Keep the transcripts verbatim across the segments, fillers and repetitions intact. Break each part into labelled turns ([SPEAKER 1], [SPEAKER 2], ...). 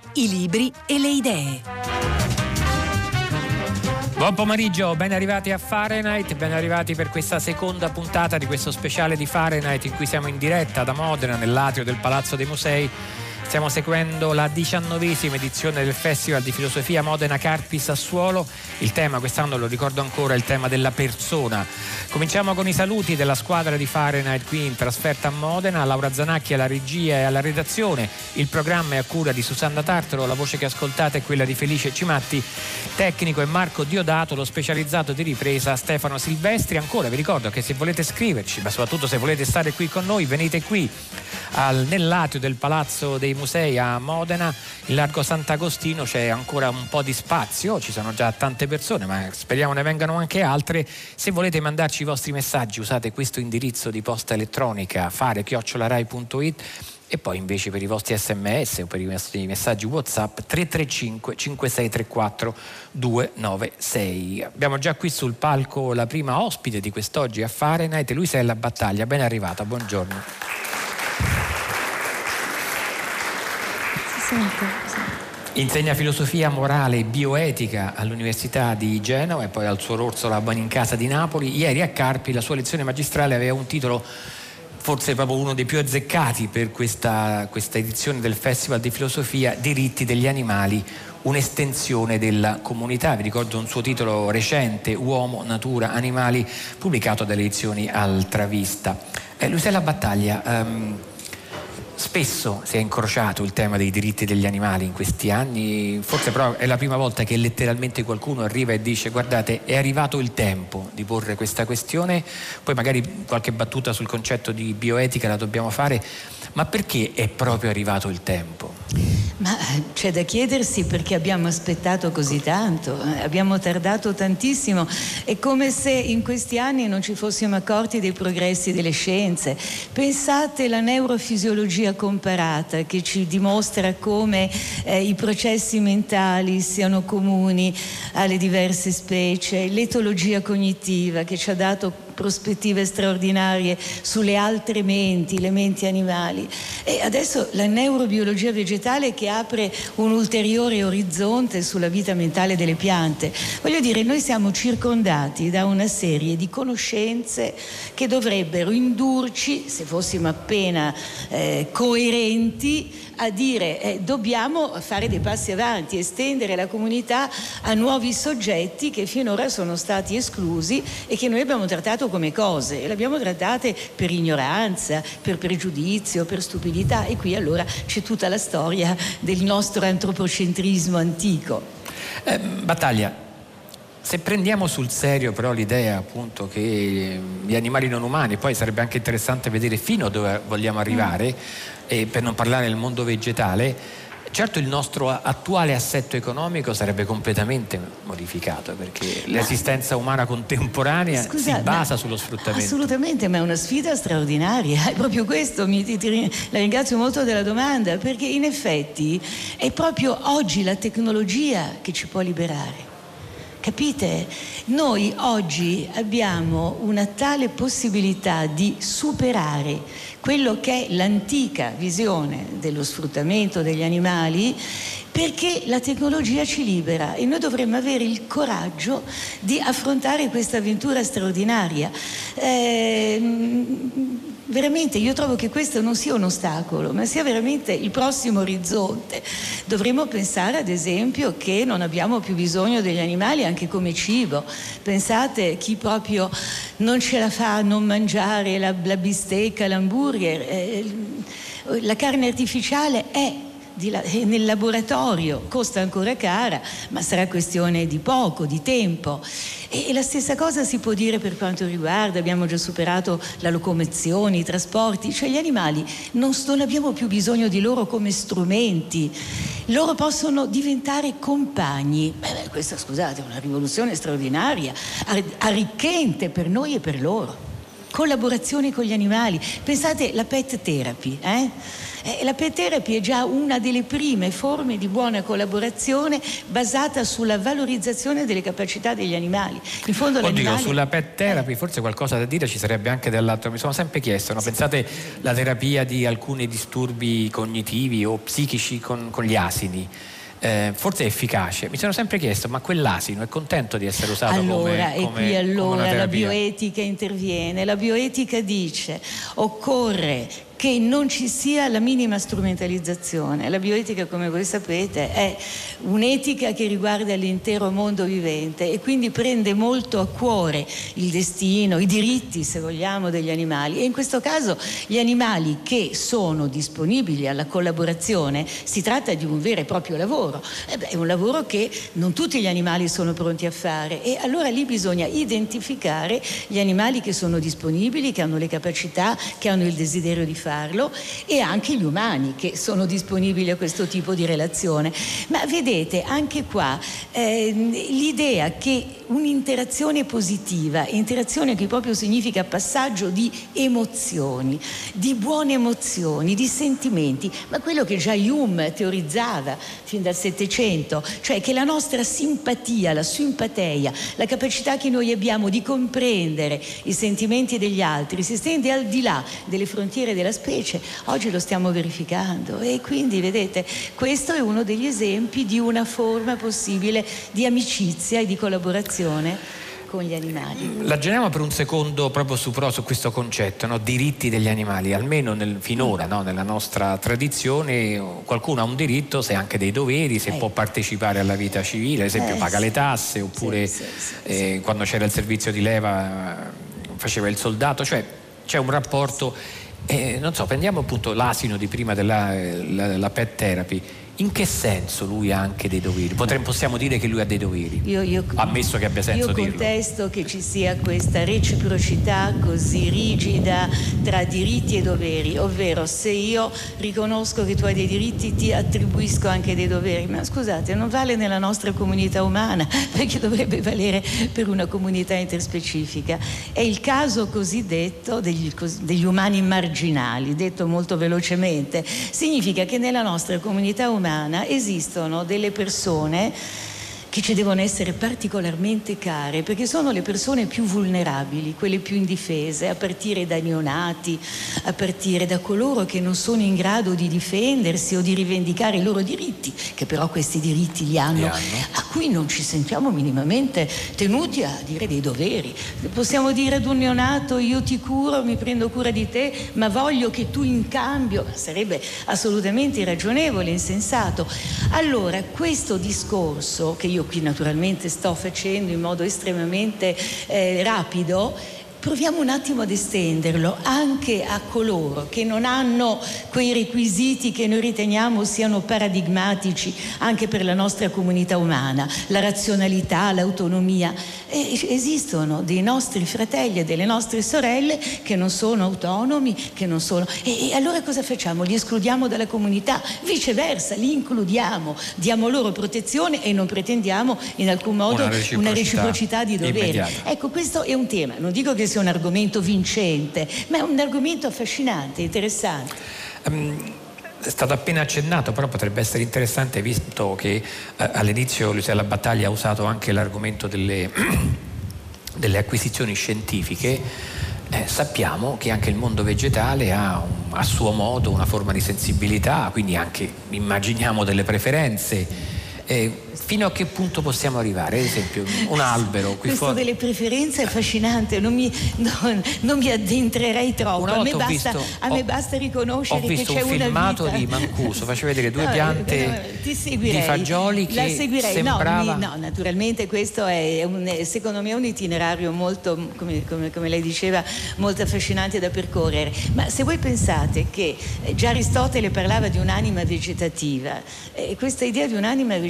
[SPEAKER 1] i libri e le idee.
[SPEAKER 2] Buon pomeriggio, ben arrivati a Fahrenheit, ben arrivati per questa seconda puntata di questo speciale di Fahrenheit in cui siamo in diretta da Modena, nell'atrio del Palazzo dei Musei. Stiamo seguendo la diciannovesima edizione del Festival di Filosofia Modena Carpi Sassuolo. Il tema quest'anno, lo ricordo ancora, è il tema della persona. Cominciamo con i saluti della squadra di Fahrenheit qui in trasferta a Modena. Laura Zanacchi alla regia e alla redazione. Il programma è a cura di Susanna Tartaro, la voce che ascoltate è quella di Felice Cimatti, tecnico è Marco Diodato, lo specializzato di ripresa Stefano Silvestri. Ancora vi ricordo che se volete scriverci, ma soprattutto se volete stare qui con noi, venite qui al, nell'atrio del Palazzo dei Musei a Modena, in largo Sant'Agostino. C'è ancora un po' di spazio, ci sono già tante persone, ma speriamo ne vengano anche altre. Se volete mandarci i vostri messaggi usate questo indirizzo di posta elettronica fare chiocciola rai punto it, e poi invece per i vostri sms o per i vostri messaggi WhatsApp tre tre cinque cinque sei tre quattro due nove sei. Abbiamo già qui sul palco la prima ospite di quest'oggi a Fahrenheit, Luisella Battaglia, ben arrivata, buongiorno. Insegna filosofia morale e bioetica all'Università di Genova e poi al suo Orso Labo in Casa di Napoli. Ieri a Carpi la sua lezione magistrale aveva un titolo forse proprio uno dei più azzeccati per questa, questa edizione del Festival di Filosofia: Diritti degli animali, un'estensione della comunità. Vi ricordo un suo titolo recente, Uomo, Natura, Animali, pubblicato dalle edizioni Altravista. Eh, Luisella Battaglia, um, spesso si è incrociato il tema dei diritti degli animali in questi anni, forse però è la prima volta che letteralmente qualcuno arriva e dice: guardate, è arrivato il tempo di porre questa questione. Poi magari qualche battuta sul concetto di bioetica la dobbiamo fare, ma perché è proprio arrivato il tempo?
[SPEAKER 3] Ma c'è da chiedersi perché abbiamo aspettato così tanto, abbiamo tardato tantissimo. È come se in questi anni non ci fossimo accorti dei progressi delle scienze. Pensate alla neurofisiologia comparata, che ci dimostra come eh, i processi mentali siano comuni alle diverse specie, l'etologia cognitiva che ci ha dato prospettive straordinarie sulle altre menti, le menti animali, e adesso la neurobiologia vegetale che apre un ulteriore orizzonte sulla vita mentale delle piante. Voglio dire, noi siamo circondati da una serie di conoscenze che dovrebbero indurci, se fossimo appena eh, coerenti, a dire eh, dobbiamo fare dei passi avanti, estendere la comunità a nuovi soggetti che finora sono stati esclusi e che noi abbiamo trattato come cose, e le abbiamo trattate per ignoranza, per pregiudizio, per stupidità, e qui allora c'è tutta la storia del nostro antropocentrismo antico.
[SPEAKER 2] Eh, Battaglia, se prendiamo sul serio però l'idea appunto che gli animali non umani, poi sarebbe anche interessante vedere fino a dove vogliamo arrivare, mm. e per non parlare del mondo vegetale, certo il nostro attuale assetto economico sarebbe completamente modificato, perché ma l'esistenza umana contemporanea scusa, si basa sullo sfruttamento.
[SPEAKER 3] Assolutamente, ma è una sfida straordinaria, è proprio questo, mi, ti, ti, la ringrazio molto della domanda, perché in effetti è proprio oggi la tecnologia che ci può liberare. Capite? Noi oggi abbiamo una tale possibilità di superare quello che è l'antica visione dello sfruttamento degli animali, perché la tecnologia ci libera e noi dovremmo avere il coraggio di affrontare questa avventura straordinaria. Eh, veramente io trovo che questo non sia un ostacolo, ma sia veramente il prossimo orizzonte. Dovremmo pensare ad esempio che non abbiamo più bisogno degli animali anche come cibo. Pensate, chi proprio non ce la fa a non mangiare la, la bistecca, l'hamburger, eh, la carne artificiale è nel laboratorio, costa ancora cara, ma sarà questione di poco, di tempo. E la stessa cosa si può dire per quanto riguarda, abbiamo già superato la locomozione, i trasporti, cioè gli animali non, non abbiamo più bisogno di loro come strumenti, loro possono diventare compagni. Beh, questa, scusate, è una rivoluzione straordinaria, arricchente per noi e per loro. collaborazione con gli animali. Pensate alla pet therapy, eh? Eh, la pet therapy è già una delle prime forme di buona collaborazione basata sulla valorizzazione delle capacità degli animali. In fondo
[SPEAKER 2] Oddio,
[SPEAKER 3] l'animale...
[SPEAKER 2] sulla pet therapy forse qualcosa da dire ci sarebbe anche dall'altro. Mi sono sempre chiesto, no? Pensate la terapia di alcuni disturbi cognitivi o psichici con, con gli asini. Eh, forse è efficace. Mi sono sempre chiesto, ma quell'asino è contento di essere usato
[SPEAKER 3] allora,
[SPEAKER 2] come,
[SPEAKER 3] e
[SPEAKER 2] come,
[SPEAKER 3] qui allora
[SPEAKER 2] come
[SPEAKER 3] la bioetica interviene. La bioetica dice: occorre che non ci sia la minima strumentalizzazione. La bioetica, come voi sapete, è un'etica che riguarda l'intero mondo vivente e quindi prende molto a cuore il destino, i diritti, se vogliamo, degli animali. E in questo caso gli animali che sono disponibili alla collaborazione, si tratta di un vero e proprio lavoro. Eh beh, è un lavoro che non tutti gli animali sono pronti a fare, e allora lì bisogna identificare gli animali che sono disponibili, che hanno le capacità, che hanno il desiderio di fare, farlo, e anche gli umani che sono disponibili a questo tipo di relazione. Ma vedete, anche qua eh, l'idea che un'interazione positiva, interazione che proprio significa passaggio di emozioni, di buone emozioni, di sentimenti, ma quello che già Hume teorizzava fin dal Settecento, cioè che la nostra simpatia, la simpatia, la capacità che noi abbiamo di comprendere i sentimenti degli altri si estende al di là delle frontiere della specie. Oggi lo stiamo verificando, e quindi vedete, questo è uno degli esempi di una forma possibile di amicizia e di collaborazione con gli animali.
[SPEAKER 2] Ragioniamo per un secondo proprio su, però, su questo concetto, no? Diritti degli animali. Almeno nel, finora, no? Nella nostra tradizione qualcuno ha un diritto, se anche dei doveri, se eh. può partecipare alla vita civile, ad esempio eh, paga sì. le tasse, oppure sì, sì, sì, eh, sì. quando c'era il servizio di leva faceva il soldato, cioè c'è un rapporto. Eh, non so, prendiamo appunto l'asino di prima della la, la pet therapy. In che senso lui ha anche dei doveri? Potremmo, possiamo dire che lui ha dei doveri,
[SPEAKER 3] io, io,
[SPEAKER 2] ammesso che abbia senso
[SPEAKER 3] io
[SPEAKER 2] dirlo.
[SPEAKER 3] Io contesto che ci sia questa reciprocità così rigida tra diritti e doveri, ovvero se io riconosco che tu hai dei diritti ti attribuisco anche dei doveri. Ma scusate, non vale nella nostra comunità umana, perché dovrebbe valere per una comunità interspecifica. È il caso cosiddetto degli, degli umani marginali, detto molto velocemente. Significa che nella nostra comunità umana esistono delle persone che ci devono essere particolarmente care, perché sono le persone più vulnerabili, quelle più indifese, a partire dai neonati, a partire da coloro che non sono in grado di difendersi o di rivendicare i loro diritti, che però questi diritti li hanno, li hanno. a cui non ci sentiamo minimamente tenuti a dire dei doveri. Possiamo dire ad un neonato: io ti curo, mi prendo cura di te, ma voglio che tu in cambio, sarebbe assolutamente irragionevole, insensato. Allora, questo discorso che io qui naturalmente sto facendo in modo estremamente eh, rapido, proviamo un attimo ad estenderlo anche a coloro che non hanno quei requisiti che noi riteniamo siano paradigmatici anche per la nostra comunità umana, la razionalità, l'autonomia. E esistono dei nostri fratelli e delle nostre sorelle che non sono autonomi, che non sono... E, e allora cosa facciamo? Li escludiamo dalla comunità? Viceversa, li includiamo, diamo loro protezione e non pretendiamo in alcun modo una reciprocità, una reciprocità di doveri. Immediata. Ecco, questo è un tema, non dico che sia un argomento vincente, ma è un argomento affascinante, interessante.
[SPEAKER 2] Um, è stato appena accennato, però potrebbe essere interessante, visto che eh, all'inizio Lucia Battaglia ha usato anche l'argomento delle, delle acquisizioni scientifiche. Eh, sappiamo che anche il mondo vegetale ha un, a suo modo una forma di sensibilità, quindi anche immaginiamo delle preferenze. Eh, fino a che punto possiamo arrivare? Ad esempio un albero qui
[SPEAKER 3] questo
[SPEAKER 2] fuori...
[SPEAKER 3] delle preferenze è affascinante, non mi, non, non mi addentrerei troppo. A me, basta,
[SPEAKER 2] visto,
[SPEAKER 3] a me basta riconoscere che c'è una vita.
[SPEAKER 2] Ho visto un filmato di Mancuso, faceva vedere due no, piante no, ti seguirei, di fagioli che la seguirei. sembrava...
[SPEAKER 3] No, no, naturalmente questo è un, secondo me un itinerario molto, come, come, come lei diceva, molto affascinante da percorrere. Ma se voi pensate che già Aristotele parlava di un'anima vegetativa, eh, questa idea di un'anima vegetativa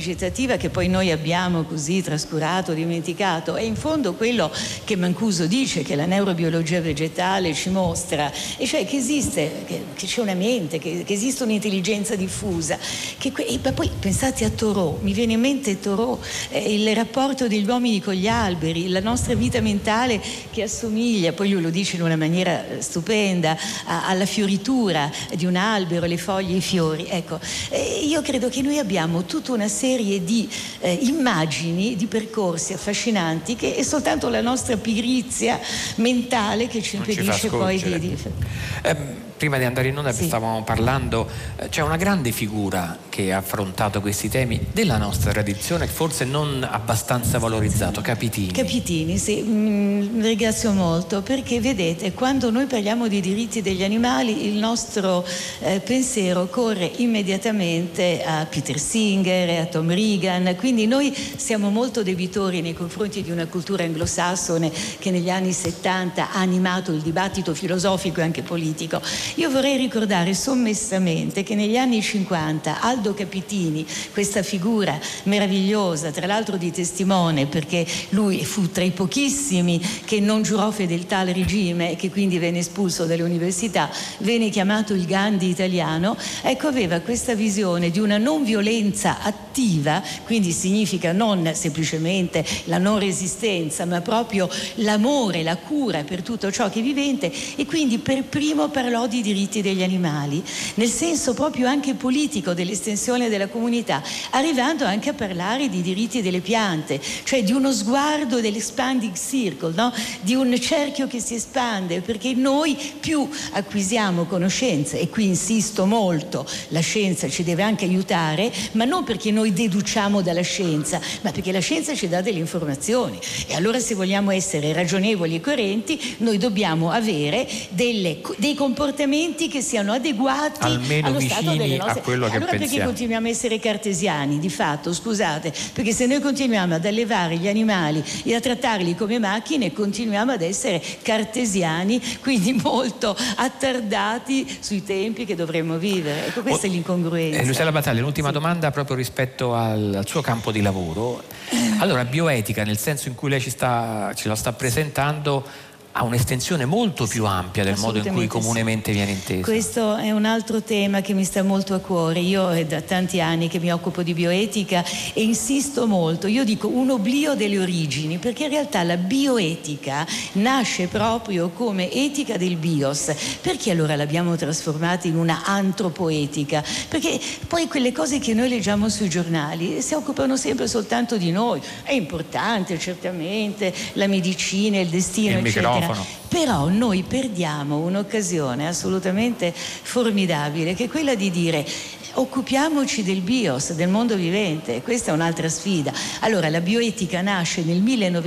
[SPEAKER 3] vegetativa che poi noi abbiamo così trascurato, dimenticato, è in fondo quello che Mancuso dice, che la neurobiologia vegetale ci mostra, e cioè che esiste, che, che c'è una mente, che, che esiste un'intelligenza diffusa. Che, e poi pensate a Thoreau, mi viene in mente Thoreau, eh, il rapporto degli uomini con gli alberi, la nostra vita mentale che assomiglia, poi lui lo dice in una maniera stupenda, a, alla fioritura di un albero, le foglie, i fiori. Ecco, eh, io credo che noi abbiamo tutta una serie di eh, immagini, di percorsi affascinanti, che è soltanto la nostra pigrizia mentale che ci impedisce poi di... di...
[SPEAKER 2] Eh, prima di andare in onda, sì, stavamo parlando, eh, c'è una grande figura che ha affrontato questi temi della nostra tradizione, forse non abbastanza valorizzato, Capitini.
[SPEAKER 3] Capitini, sì, mm, ringrazio molto, perché vedete, quando noi parliamo di diritti degli animali, il nostro eh, pensiero corre immediatamente a Peter Singer e a Tom Regan, quindi noi siamo molto debitori nei confronti di una cultura anglosassone che negli anni settanta ha animato il dibattito filosofico e anche politico. Io vorrei ricordare sommessamente che negli anni cinquanta Aldo Capitini, questa figura meravigliosa, tra l'altro di testimone, perché lui fu tra i pochissimi che non giurò fedeltà al regime e che quindi venne espulso dalle università, venne chiamato il Gandhi italiano, ecco, aveva questa visione di una non violenza attiva, quindi significa non semplicemente la non resistenza, ma proprio l'amore, la cura per tutto ciò che è vivente, e quindi per primo parlò di diritti degli animali, nel senso proprio anche politico dell'estensione della comunità, arrivando anche a parlare di diritti delle piante, cioè di uno sguardo dell'expanding circle, no? Di un cerchio che si espande, perché noi più acquisiamo conoscenze, e qui insisto molto, la scienza ci deve anche aiutare, ma non perché noi deduciamo dalla scienza, ma perché la scienza ci dà delle informazioni, e allora se vogliamo essere ragionevoli e coerenti noi dobbiamo avere delle, dei comportamenti che siano adeguati
[SPEAKER 2] almeno
[SPEAKER 3] allo stato delle nostre...
[SPEAKER 2] a quello che
[SPEAKER 3] allora
[SPEAKER 2] pensiamo.
[SPEAKER 3] Perché continuiamo a essere cartesiani di fatto, scusate, perché se noi continuiamo ad allevare gli animali e a trattarli come macchine, continuiamo ad essere cartesiani, quindi molto attardati sui tempi che dovremmo vivere. Ecco, questa oh, è l'incongruenza.
[SPEAKER 2] eh, Luciana Battaglia, l'ultima sì. domanda proprio rispetto al, al suo campo di lavoro. Allora, bioetica, nel senso in cui lei ci sta, ce la sta presentando, ha un'estensione molto più ampia del modo in cui comunemente
[SPEAKER 3] sì.
[SPEAKER 2] viene intesa.
[SPEAKER 3] Questo è un altro tema che mi sta molto a cuore. Io è da tanti anni che mi occupo di bioetica e insisto molto. Io dico un oblio delle origini, perché in realtà la bioetica nasce proprio come etica del bios. Perché allora l'abbiamo trasformata in una antropoetica? Perché poi quelle cose che noi leggiamo sui giornali si occupano sempre soltanto di noi. È importante certamente la medicina, il destino,
[SPEAKER 2] il
[SPEAKER 3] eccetera.
[SPEAKER 2] microfono.
[SPEAKER 3] Però noi perdiamo un'occasione assolutamente formidabile, che è quella di dire: occupiamoci del bios, del mondo vivente. Questa è un'altra sfida. Allora, la bioetica nasce nel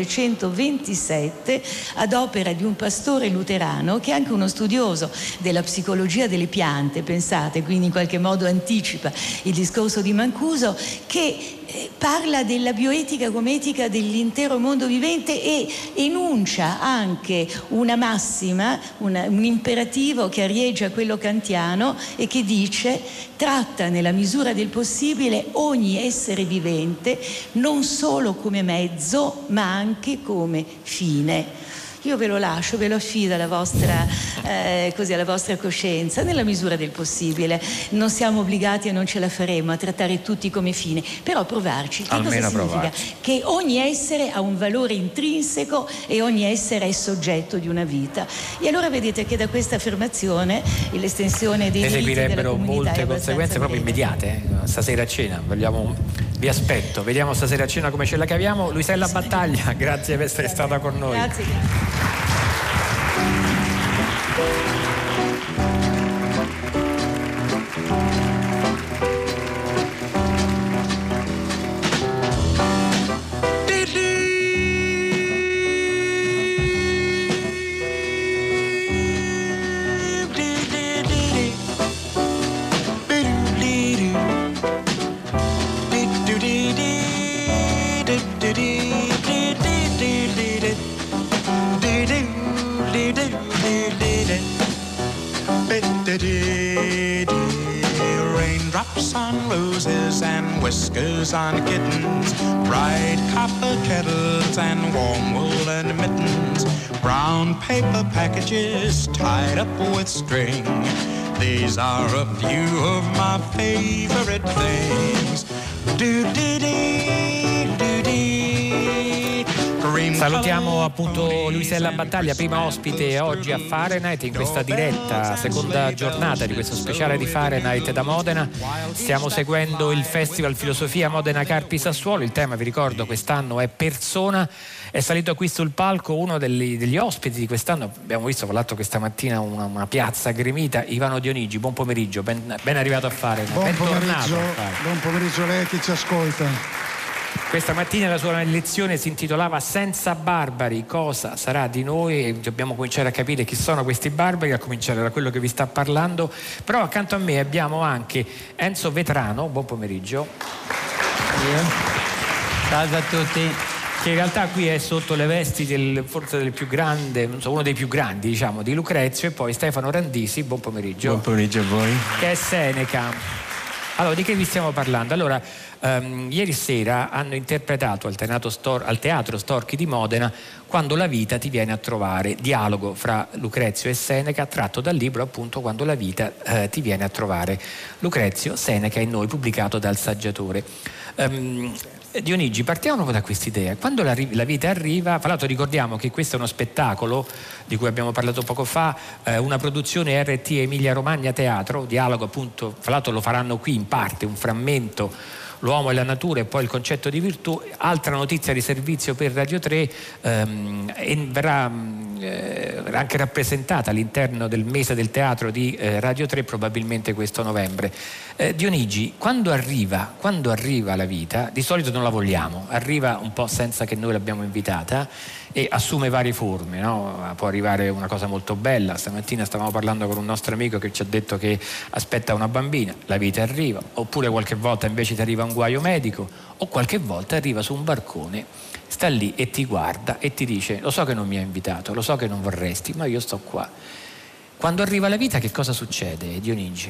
[SPEAKER 3] millenovecentoventisette ad opera di un pastore luterano che è anche uno studioso della psicologia delle piante, pensate, quindi in qualche modo anticipa il discorso di Mancuso, che parla della bioetica come etica dell'intero mondo vivente e enuncia anche una massima, una, un imperativo che arieggia quello kantiano e che dice: tratta nella misura del possibile ogni essere vivente non solo come mezzo ma anche come fine. Io ve lo lascio, ve lo affido alla vostra, eh, così, alla vostra coscienza, nella misura del possibile. Non siamo obbligati e non ce la faremo a trattare tutti come fine, però provarci. Che
[SPEAKER 2] Almeno
[SPEAKER 3] cosa significa?
[SPEAKER 2] Provarci.
[SPEAKER 3] Che ogni essere ha un valore intrinseco e ogni essere è soggetto di una vita. E allora vedete che da questa affermazione l'estensione dei diritti della comunità
[SPEAKER 2] molte conseguenze proprio immediate. Eh? Stasera a cena, vogliamo, vi aspetto, vediamo stasera a cena come ce la caviamo. Luisella Battaglia, grazie per essere stata con noi.
[SPEAKER 3] Grazie.
[SPEAKER 4] Did whiskers on kittens, bright copper kettles and warm woolen mittens, brown paper packages tied up with string. These are a few of my favorite things. Do-dee-dee, do-dee.
[SPEAKER 2] Salutiamo appunto Luisella Battaglia, prima ospite oggi a Fahrenheit in questa diretta, seconda giornata di questo speciale di Fahrenheit da Modena. Stiamo seguendo il Festival Filosofia Modena Carpi Sassuolo. Il tema, vi ricordo, quest'anno è persona. È salito qui sul palco uno degli, degli ospiti di quest'anno. Abbiamo visto, tra l'altro, questa mattina una, una piazza gremita. Ivano Dionigi, buon pomeriggio, ben, ben arrivato a fare.
[SPEAKER 5] Buon pomeriggio, buon pomeriggio a lei che ci ascolta.
[SPEAKER 2] Questa mattina la sua lezione si intitolava Senza barbari cosa sarà di noi, e dobbiamo cominciare a capire chi sono questi barbari, a cominciare da quello che vi sta parlando. Però accanto a me abbiamo anche Enzo Vetrano, buon pomeriggio.
[SPEAKER 6] Salve a tutti.
[SPEAKER 2] Che in realtà qui è sotto le vesti del, forse del più grande, non so, uno dei più grandi, diciamo, di Lucrezio, e poi Stefano Randisi, buon pomeriggio.
[SPEAKER 6] Buon pomeriggio a voi.
[SPEAKER 2] Che è Seneca. Allora, di che vi stiamo parlando? Allora, um, ieri sera hanno interpretato al Teatro, Stor- al Teatro Storchi di Modena Quando la vita ti viene a trovare, dialogo fra Lucrezio e Seneca, tratto dal libro appunto Quando la vita eh, ti viene a trovare, Lucrezio, Seneca e noi, pubblicato dal Saggiatore. Um, Dionigi, partiamo proprio da quest'idea. Quando la, la vita arriva, tra l'altro ricordiamo che questo è uno spettacolo di cui abbiamo parlato poco fa, eh, una produzione R T Emilia Romagna Teatro, dialogo appunto, fra l'altro lo faranno qui in parte, un frammento, L'uomo e la natura e poi il concetto di virtù. Altra notizia di servizio per Radio tre, ehm, e verrà, eh, verrà anche rappresentata all'interno del mese del teatro di eh, Radio tre probabilmente questo novembre. Eh, Dionigi, quando arriva, quando arriva la vita, di solito non la vogliamo, arriva un po' senza che noi l'abbiamo invitata e assume varie forme, no? Può arrivare una cosa molto bella. Stamattina stavamo parlando con un nostro amico che ci ha detto che aspetta una bambina, la vita arriva, oppure qualche volta invece ti arriva un guaio medico, o qualche volta arriva su un barcone, sta lì e ti guarda e ti dice: lo so che non mi hai invitato, lo so che non vorresti, ma io sto qua. Quando arriva la vita che cosa succede, Dionigi?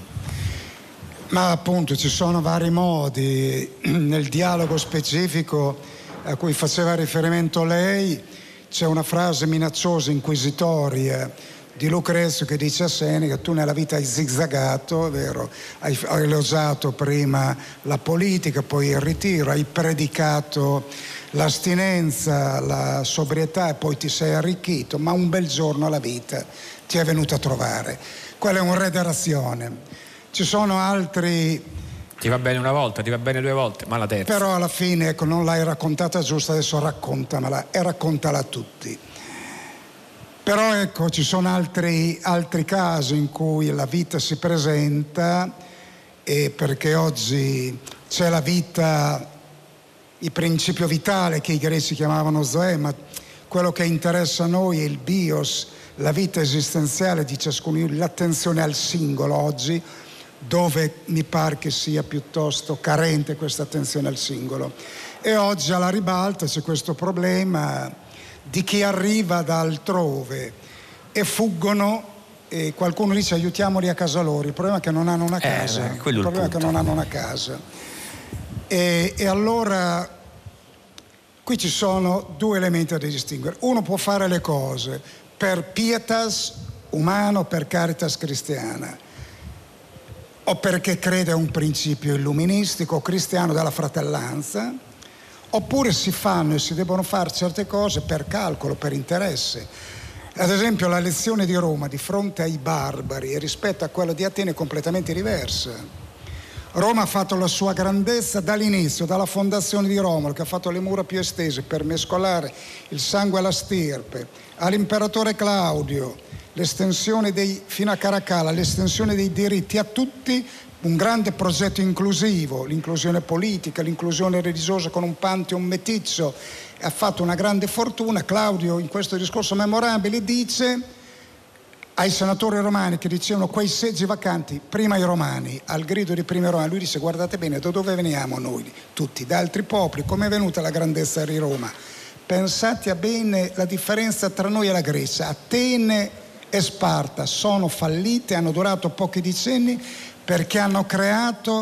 [SPEAKER 5] Ma appunto ci sono vari modi. Nel dialogo specifico a cui faceva riferimento lei c'è una frase minacciosa, inquisitoria di Lucrezio che dice a Seneca: tu nella vita hai zigzagato, è vero, hai, hai elogiato prima la politica, poi il ritiro, hai predicato l'astinenza, la sobrietà e poi ti sei arricchito, ma un bel giorno la vita ti è venuta a trovare. Quello è un re d'azione. Ci sono altri...
[SPEAKER 2] Ti va bene una volta, ti va bene due volte, ma la terza.
[SPEAKER 5] Però alla fine, ecco, non l'hai raccontata giusta, adesso raccontamela e raccontala a tutti. Però ecco, ci sono altri, altri casi in cui la vita si presenta, e perché oggi c'è la vita, il principio vitale che i greci chiamavano zoe, ma quello che interessa a noi è il bios, la vita esistenziale di ciascuno, l'attenzione al singolo oggi, dove mi pare che sia piuttosto carente questa attenzione al singolo. E oggi alla ribalta c'è questo problema di chi arriva da altrove e fuggono, e qualcuno dice aiutiamoli a casa loro. Il problema è che non hanno una casa,
[SPEAKER 2] eh,
[SPEAKER 5] il problema
[SPEAKER 2] il
[SPEAKER 5] è che non hanno una casa. E, e allora qui ci sono due elementi da distinguere. Uno può fare le cose per pietas umano, per caritas cristiana, o perché crede a un principio illuministico o cristiano della fratellanza, oppure si fanno e si debbono fare certe cose per calcolo, per interesse. Ad esempio la lezione di Roma di fronte ai barbari rispetto a quella di Atene è completamente diversa. Roma ha fatto la sua grandezza dall'inizio, dalla fondazione di Romolo, che ha fatto le mura più estese per mescolare il sangue alla stirpe, all'imperatore Claudio, l'estensione dei, fino a Caracalla, l'estensione dei diritti a tutti, un grande progetto inclusivo, l'inclusione politica, l'inclusione religiosa con un pantheon meticcio, ha fatto una grande fortuna. Claudio in questo discorso memorabile dice ai senatori romani che dicevano quei seggi vacanti, prima i romani, al grido di prima i romani, lui dice: guardate bene, da dove veniamo noi? Tutti, da altri popoli. Come è venuta la grandezza di Roma? Pensate a bene la differenza tra noi e la Grecia. Atene e Sparta sono fallite, hanno durato pochi decenni perché hanno creato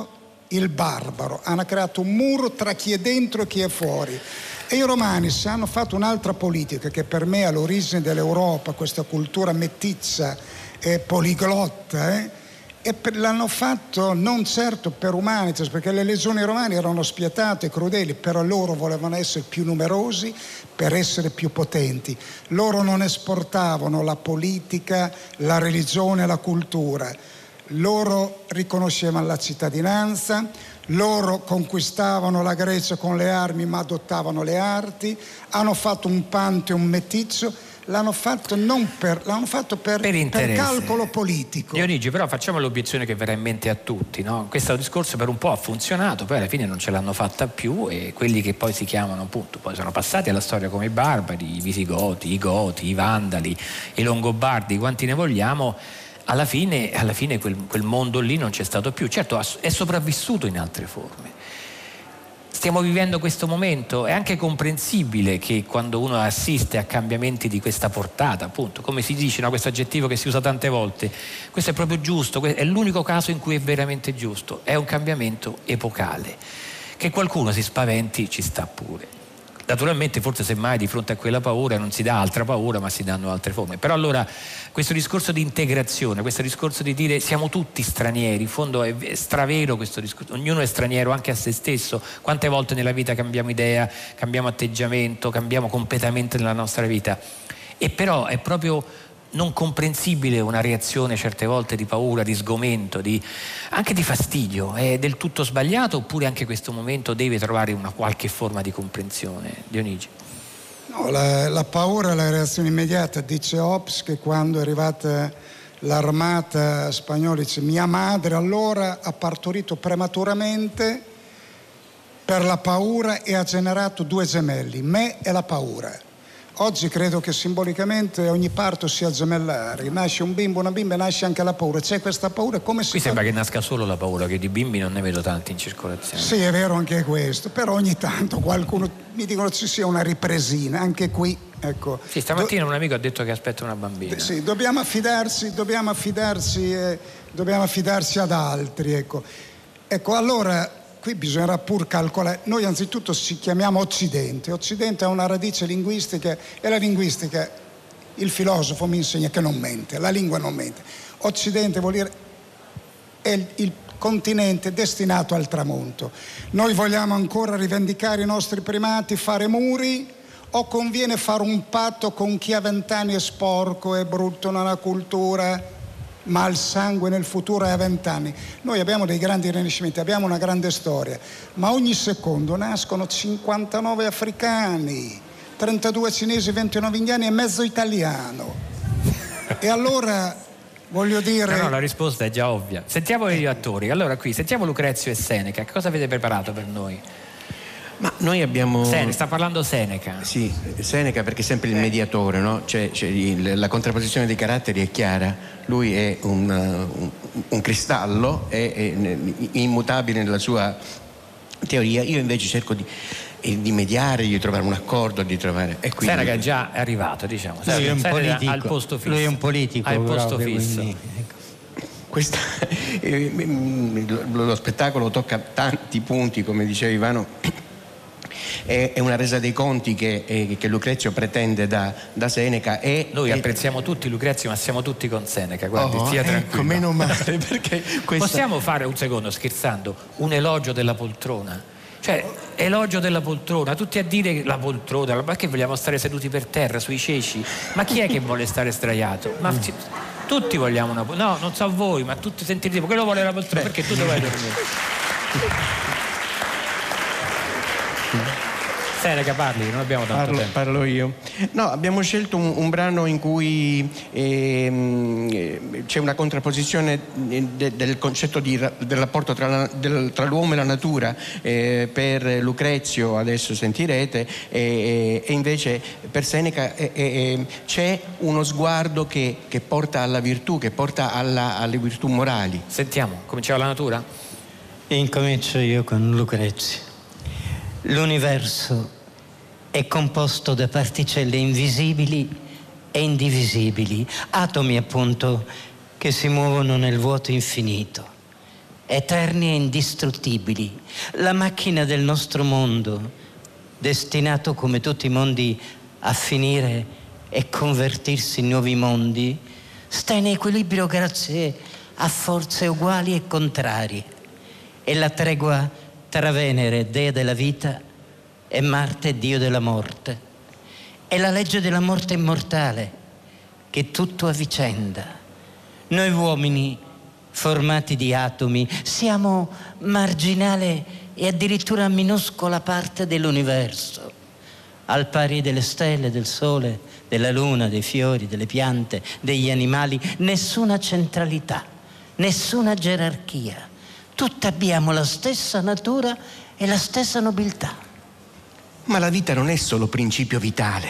[SPEAKER 5] il barbaro, hanno creato un muro tra chi è dentro e chi è fuori. E i romani, se hanno fatto un'altra politica che per me è all'origine dell'Europa, questa cultura mettizza e poliglotta, eh, e per, l'hanno fatto non certo per humanitas, perché le legioni romane erano spietate e crudeli, però loro volevano essere più numerosi per essere più potenti. Loro non esportavano la politica, la religione, la cultura. Loro riconoscevano la cittadinanza, loro conquistavano la Grecia con le armi ma adottavano le arti, hanno fatto un pantheon meticcio, l'hanno fatto non per, l'hanno fatto per,
[SPEAKER 2] per,
[SPEAKER 5] per calcolo politico.
[SPEAKER 2] Dionigi, però facciamo l'obiezione che verrà in mente a tutti, no? Questo discorso per un po' ha funzionato, poi alla fine non ce l'hanno fatta più, e quelli che poi si chiamano, appunto, poi sono passati alla storia come i barbari, i visigoti, i goti, i vandali, i longobardi, quanti ne vogliamo. Alla fine, alla fine quel, quel mondo lì non c'è stato più. Certo, è sopravvissuto in altre forme. Stiamo vivendo questo momento, è anche comprensibile che quando uno assiste a cambiamenti di questa portata, appunto, come si dice, no? Questo aggettivo che si usa tante volte, questo è proprio giusto, è l'unico caso in cui è veramente giusto, è un cambiamento epocale. Che qualcuno si spaventi ci sta pure. Naturalmente forse semmai di fronte a quella paura non si dà altra paura, ma si danno altre forme. Però allora questo discorso di integrazione, questo discorso di dire siamo tutti stranieri, in fondo è stravero questo discorso, ognuno è straniero anche a se stesso. Quante volte nella vita cambiamo idea, cambiamo atteggiamento, cambiamo completamente nella nostra vita, e però è proprio non comprensibile una reazione certe volte di paura, di sgomento, di, anche di fastidio. È del tutto sbagliato, oppure anche questo momento deve trovare una qualche forma di comprensione? Dionigi?
[SPEAKER 5] No, la, la paura è la reazione immediata. Dice Hobbes che quando è arrivata l'armata spagnola, dice mia madre allora ha partorito prematuramente per la paura e ha generato due gemelli, me e la paura. Oggi credo che simbolicamente ogni parto sia gemellare, nasce un bimbo, una bimba e nasce anche la paura. C'è questa paura, come si
[SPEAKER 2] Qui
[SPEAKER 5] fa?
[SPEAKER 2] sembra che nasca solo la paura, che di bimbi non ne vedo tanti in circolazione.
[SPEAKER 5] Sì, è vero anche questo, però ogni tanto qualcuno mi dicono ci sia una ripresina, anche qui, ecco.
[SPEAKER 2] Sì, stamattina Do- un amico ha detto che aspetta una bambina.
[SPEAKER 5] Sì, dobbiamo affidarsi, dobbiamo affidarsi, eh, dobbiamo affidarsi ad altri, ecco. Ecco, allora qui bisognerà pur calcolare. Noi anzitutto ci chiamiamo Occidente. Occidente ha una radice linguistica, e la linguistica, il filosofo mi insegna che non mente, la lingua non mente. Occidente vuol dire è il, il continente destinato al tramonto. Noi vogliamo ancora rivendicare i nostri primati, fare muri, o conviene fare un patto con chi a vent'anni è sporco, è brutto, non ha cultura, ma il sangue nel futuro è a vent'anni. Noi abbiamo dei grandi rinascimenti, abbiamo una grande storia, ma ogni secondo nascono cinquantanove africani, trentadue cinesi, ventinove indiani e mezzo italiano. E allora voglio dire...
[SPEAKER 2] No, no, la risposta è già ovvia. Sentiamo gli attori. Allora qui, sentiamo Lucrezio e Seneca. Che cosa avete preparato per noi?
[SPEAKER 7] Ma noi abbiamo...
[SPEAKER 2] Seneca, sta parlando Seneca.
[SPEAKER 7] Sì, Seneca perché è sempre il mediatore, no? Cioè, cioè il, la contrapposizione dei caratteri è chiara. Lui è un, un, un cristallo, è, è immutabile nella sua teoria. Io invece cerco di, di mediare, di trovare un accordo, di trovare... E quindi...
[SPEAKER 2] Seneca è già arrivato, diciamo.
[SPEAKER 6] Lui è un politico.
[SPEAKER 2] Al posto fisso.
[SPEAKER 6] Lui è un politico.
[SPEAKER 2] Al posto
[SPEAKER 6] proprio,
[SPEAKER 2] fisso.
[SPEAKER 6] Quindi...
[SPEAKER 7] Questa, eh, lo spettacolo tocca tanti punti, come diceva Ivano. È una resa dei conti che, eh, che Lucrezio pretende da, da Seneca. E,
[SPEAKER 2] Noi
[SPEAKER 7] e...
[SPEAKER 2] apprezziamo tutti Lucrezio, ma siamo tutti con Seneca. Guardi,
[SPEAKER 7] oh,
[SPEAKER 2] stia
[SPEAKER 7] ecco,
[SPEAKER 2] tranquillo.
[SPEAKER 7] meno male, perché questa...
[SPEAKER 2] Possiamo fare un secondo, scherzando, un elogio della poltrona? Cioè, elogio della poltrona, tutti a dire la poltrona, ma che vogliamo stare seduti per terra sui ceci? Ma chi è che vuole stare sdraiato? Ma ci... tutti vogliamo una poltrona. No, non so voi, ma tutti sentite tipo, quello vuole la poltrona, perché tu dovrai dormire? Seneca, parli, non abbiamo tanto
[SPEAKER 7] parlo,
[SPEAKER 2] tempo.
[SPEAKER 7] Parlo io. No, abbiamo scelto un, un brano in cui ehm, c'è una contrapposizione de, del concetto di, del rapporto tra, la, del, tra l'uomo e la natura. Eh, per Lucrezio, adesso sentirete, e, e invece per Seneca eh, eh, c'è uno sguardo che, che porta alla virtù, che porta alla, alle virtù morali.
[SPEAKER 2] Sentiamo, cominciamo la natura?
[SPEAKER 6] Incomincio io con Lucrezio. L'universo è composto da particelle invisibili e indivisibili, atomi appunto che si muovono nel vuoto infinito. eterni e indistruttibili. La macchina del nostro mondo, destinato come tutti i mondi a finire e convertirsi in nuovi mondi, sta in equilibrio grazie a forze uguali e contrarie. È la tregua tra Venere, dea della vita, e Marte, dio della morte. È la legge della morte immortale che tutto avvicenda. Noi uomini, formati di atomi, siamo marginale e addirittura minuscola parte dell'universo, al pari delle stelle, del sole, della luna, dei fiori, delle piante, degli animali. Nessuna centralità, nessuna gerarchia. Tutti abbiamo la stessa natura e la stessa nobiltà.
[SPEAKER 7] Ma la vita non è solo principio vitale,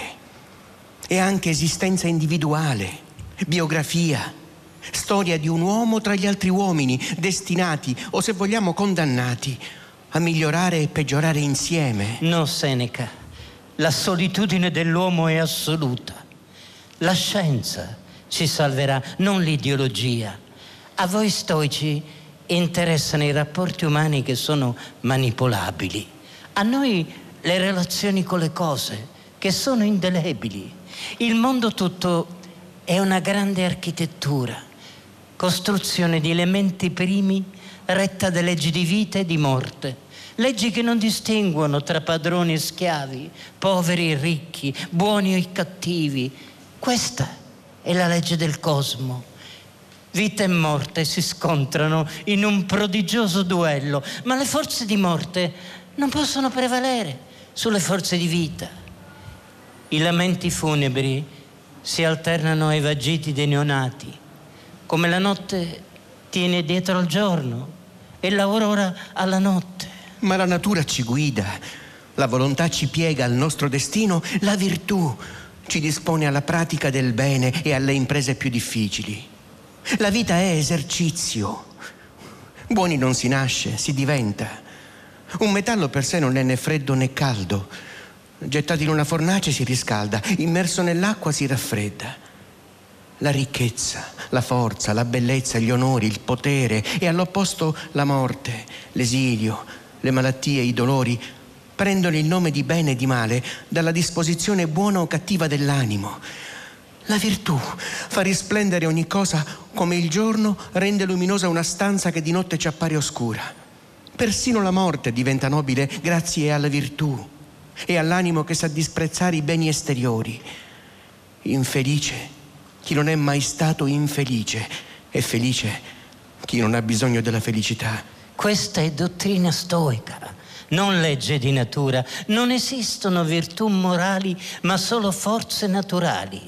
[SPEAKER 7] è anche esistenza individuale, biografia, storia di un uomo tra gli altri uomini, destinati, o se vogliamo condannati, a migliorare e peggiorare insieme.
[SPEAKER 6] No, Seneca, la solitudine dell'uomo è assoluta. La scienza ci salverà, non l'ideologia. A voi stoici interessano i rapporti umani che sono manipolabili. A noi le relazioni con le cose che sono indelebili. Il mondo tutto è una grande architettura, costruzione di elementi primi retta da leggi di vita e di morte, leggi che non distinguono tra padroni e schiavi, poveri e ricchi, buoni e cattivi. Questa è la legge del cosmo. Vita e morte si scontrano in un prodigioso duello, ma le forze di morte non possono prevalere sulle forze di vita. I lamenti funebri si alternano ai vagiti dei neonati, come la notte tiene dietro al giorno e l'aurora alla notte.
[SPEAKER 7] Ma la natura ci guida, la volontà ci piega al nostro destino, la virtù ci dispone alla pratica del bene e alle imprese più difficili. La vita è esercizio. Buoni non si nasce, si diventa. Un metallo per sé non è né freddo né caldo. Gettato in una fornace si riscalda, immerso nell'acqua si raffredda. La ricchezza, la forza, la bellezza, gli onori, il potere e all'opposto la morte, l'esilio, le malattie, i dolori prendono il nome di bene e di male dalla disposizione buona o cattiva dell'animo. La virtù fa risplendere ogni cosa come il giorno rende luminosa una stanza che di notte ci appare oscura. Persino la morte diventa nobile grazie alla virtù e all'animo che sa disprezzare i beni esteriori. Infelice chi non è mai stato infelice, e felice chi non ha bisogno della felicità.
[SPEAKER 6] Questa è dottrina stoica, non legge di natura. Non esistono virtù morali, ma solo forze naturali.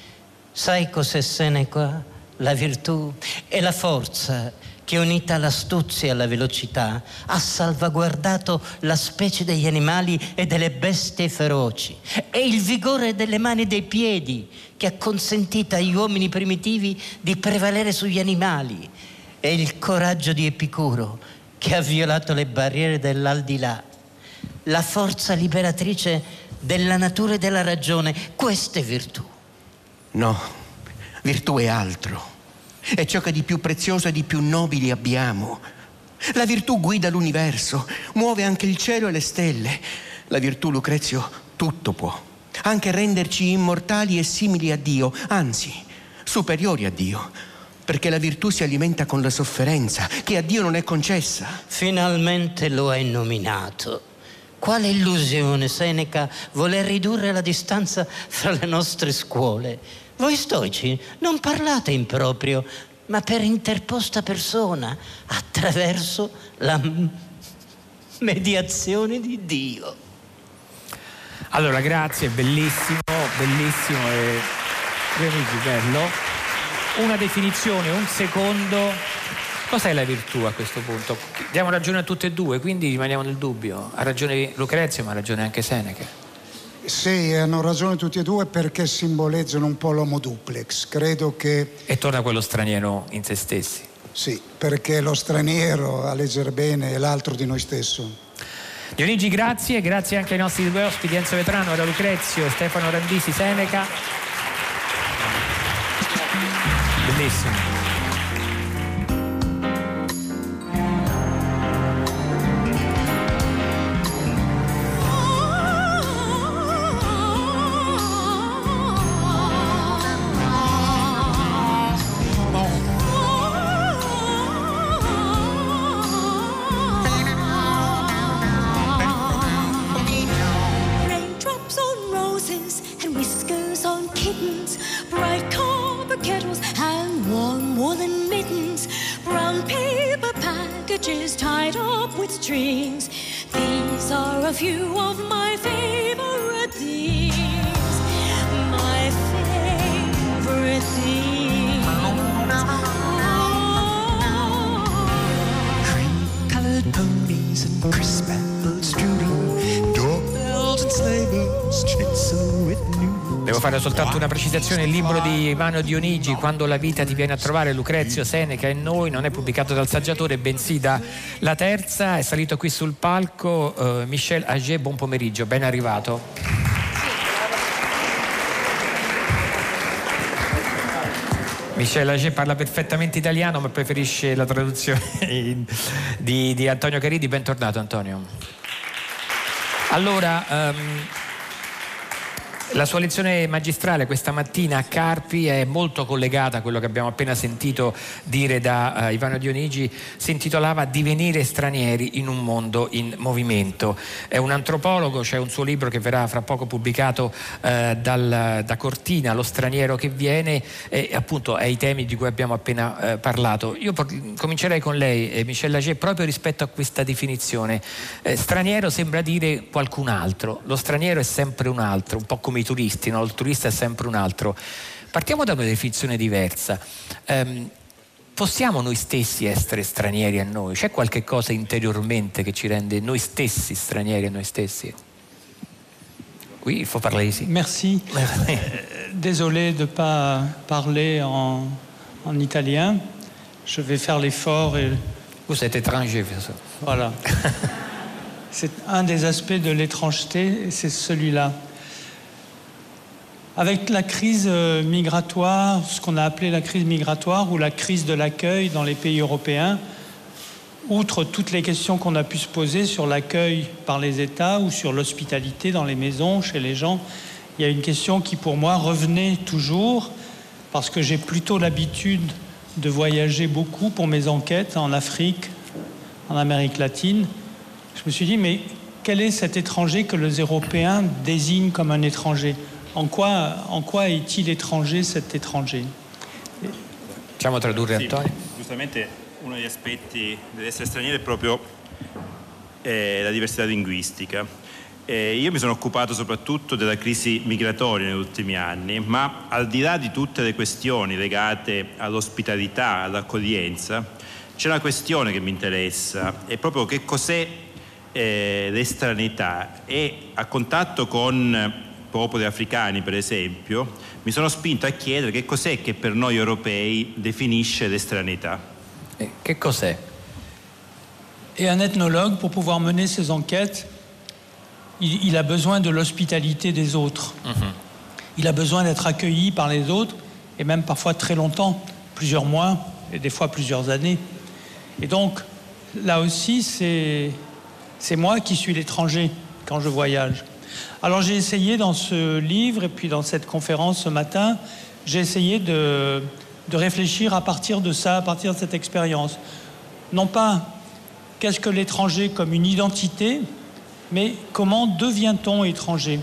[SPEAKER 6] Sai cos'è, Seneca? La virtù è la forza che, unita all'astuzia e alla velocità, ha salvaguardato la specie degli animali e delle bestie feroci. È il vigore delle mani e dei piedi che ha consentito agli uomini primitivi di prevalere sugli animali. È il coraggio di Epicuro che ha violato le barriere dell'aldilà. La forza liberatrice della natura e della ragione. Questa è virtù.
[SPEAKER 7] No, virtù è altro. È ciò che di più prezioso e di più nobili abbiamo. La virtù guida l'universo, muove anche il cielo e le stelle. La virtù, Lucrezio, tutto può, anche renderci immortali e simili a Dio, anzi, superiori a Dio, perché la virtù si alimenta con la sofferenza, che a Dio non è concessa.
[SPEAKER 6] Finalmente lo hai nominato. Quale illusione, Seneca, voler ridurre la distanza fra le nostre scuole. Voi stoici non parlate in proprio, ma per interposta persona, attraverso la mediazione di Dio.
[SPEAKER 2] Allora, grazie, bellissimo, bellissimo e Dionigi, bello. Una definizione, un secondo. Cos'è la virtù a questo punto? Diamo ragione a tutte e due, quindi rimaniamo nel dubbio. Ha ragione Lucrezio, ma ha ragione anche Seneca.
[SPEAKER 5] Sì, hanno ragione tutti e due perché simboleggiano un po' l'homo duplex. Credo che...
[SPEAKER 2] E torna quello straniero in se stessi.
[SPEAKER 5] Sì, perché lo straniero, a leggere bene, è l'altro di noi stesso.
[SPEAKER 2] Dionigi, grazie, grazie anche ai nostri due ospiti, Enzo Vetrano, Era Lucrezio e Stefano Randisi, Seneca. Bellissimo.
[SPEAKER 8] strings. These are a few of my favorite things. My favorite things. Oh.
[SPEAKER 4] Cream-colored ponies and crisp apple strudel, doorbells and sleigh bells, schnitzel with new.
[SPEAKER 2] Devo fare soltanto una precisazione: il libro di Ivano Dionigi, Quando la vita ti viene a trovare, Lucrezio, Seneca e noi, non è pubblicato dal Saggiatore, bensì da La Terza. È salito qui sul palco uh, Michel Ager, buon pomeriggio, ben arrivato. Michel Ager parla perfettamente italiano ma preferisce la traduzione di, di Antonio Caridi. Bentornato Antonio. Allora, um, la sua lezione magistrale questa mattina a Carpi è molto collegata a quello che abbiamo appena sentito dire da uh, Ivano Dionigi. Si intitolava Divenire stranieri in un mondo in movimento. È un antropologo, c'è un suo libro che verrà fra poco pubblicato uh, dal, da Cortina, Lo straniero che viene, e appunto ai temi di cui abbiamo appena uh, parlato. Io por- comincerei con lei, eh, Michel Ager, proprio rispetto a questa definizione. Eh, straniero sembra dire qualcun altro, lo straniero è sempre un altro, un po' come i turisti, no? Il turista è sempre un altro. Partiamo da una definizione diversa. Um, possiamo noi stessi essere stranieri a noi? C'è qualche cosa interiormente che ci rende noi stessi stranieri a noi stessi? Oui, il faut parler ici.
[SPEAKER 9] Merci. Désolé de ne pas parler en, en italien. Je vais faire l'effort. Et...
[SPEAKER 2] Vous êtes étranger, ça.
[SPEAKER 9] Voilà. C'est un des aspects de l'étrangeté, c'est celui-là. Avec la crise migratoire, ce qu'on a appelé la crise migratoire ou la crise de l'accueil dans les pays européens, outre toutes les questions qu'on a pu se poser sur l'accueil par les États ou sur l'hospitalité dans les maisons, chez les gens, il y a une question qui pour moi revenait toujours, parce que j'ai plutôt l'habitude de voyager beaucoup pour mes enquêtes en Afrique, en Amérique latine. Je me suis dit, mais quel est cet étranger que les Européens désignent comme un étranger ? En quoi, en quoi est-il étranger, cet étranger?
[SPEAKER 2] Facciamo tradurre Antonio.
[SPEAKER 10] Sì, giustamente uno degli aspetti dell'essere stranieri è proprio eh, la diversità linguistica. Eh, io mi sono occupato soprattutto della crisi migratoria negli ultimi anni, ma al di là di tutte le questioni legate all'ospitalità, all'accoglienza, c'è una questione che mi interessa, è proprio che cos'è eh, l'estraneità. E a contatto con popoli africani, per esempio, mi sono spinto a chiedere che cos'è che per noi europei definisce l'estraneità.
[SPEAKER 2] Eh, che cos'è?
[SPEAKER 9] Et un ethnologue, pour pouvoir mener ses enquêtes, il, il a besoin de l'hospitalité des autres. Mm-hmm. Il a besoin d'être accueilli par les autres, et même parfois très longtemps, plusieurs mois, et des fois plusieurs années. Et donc, là aussi, c'est, c'est moi qui suis l'étranger quand je voyage. Alors j'ai essayé dans ce livre et puis dans cette conférence ce matin, j'ai essayé de, de réfléchir à partir de ça, à partir de cette expérience. Non pas qu'est-ce que l'étranger comme une identité, mais comment devient-on étranger?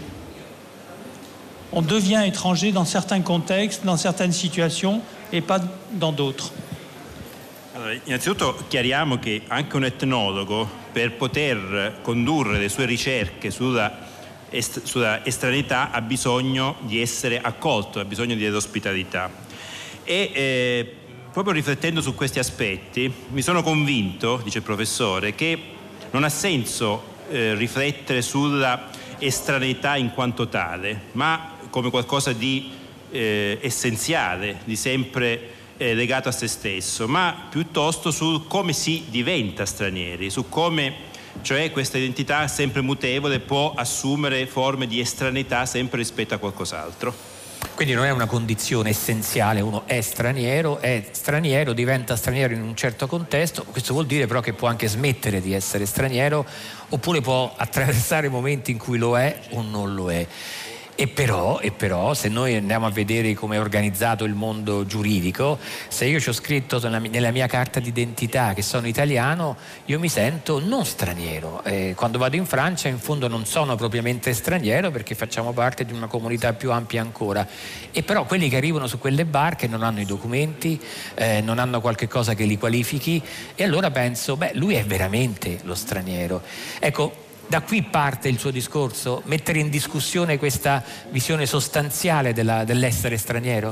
[SPEAKER 9] On devient étranger dans certains contextes, dans certaines situations et pas dans d'autres.
[SPEAKER 10] Allora, innanzitutto chiariamo che anche un etnologo, per poter condurre le sue ricerche sulla Est- sulla estraneità, ha bisogno di essere accolto, ha bisogno di ospitalità. E eh, proprio riflettendo su questi aspetti mi sono convinto, dice il professore, che non ha senso eh, riflettere sulla estraneità in quanto tale, ma come qualcosa di eh, essenziale, di sempre eh, legato a se stesso, ma piuttosto su come si diventa stranieri, su come cioè questa identità sempre mutevole può assumere forme di estraneità sempre rispetto a qualcos'altro.
[SPEAKER 2] Quindi non è una condizione essenziale, uno è straniero, è straniero, diventa straniero in un certo contesto, questo vuol dire però che può anche smettere di essere straniero oppure può attraversare momenti in cui lo è o non lo è. E però, e però, se noi andiamo a vedere come è organizzato il mondo giuridico, se io ci ho scritto nella, nella mia carta d'identità che sono italiano, io mi sento non straniero. Eh, quando vado in Francia, in fondo non sono propriamente straniero perché facciamo parte di una comunità più ampia ancora. E però quelli che arrivano su quelle barche non hanno i documenti, eh, non hanno qualche cosa che li qualifichi, e allora penso, beh, lui è veramente lo straniero. Ecco, da qui parte il suo discorso, mettere in discussione questa visione sostanziale della, dell'essere straniero?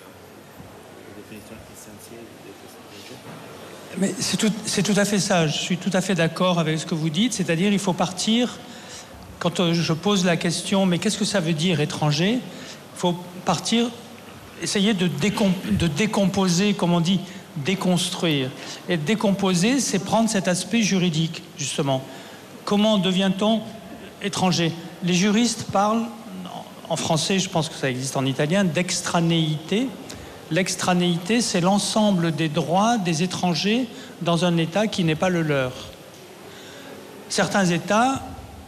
[SPEAKER 9] Mais c'est tout, c'est tout à fait ça, je suis tout à fait d'accord avec ce que vous dites, c'est-à-dire il faut partir, quand je pose la question, mais qu'est-ce que ça veut dire étranger? Il faut partir, essayer de, décomp de décomposer, comme on dit, déconstruire. Et décomposer, c'est prendre cet aspect juridique, justement. Comment devient-on étranger? Les juristes parlent, en français, je pense que ça existe en italien, d'extranéité. L'extranéité, c'est l'ensemble des droits des étrangers dans un État qui n'est pas le leur. Certains États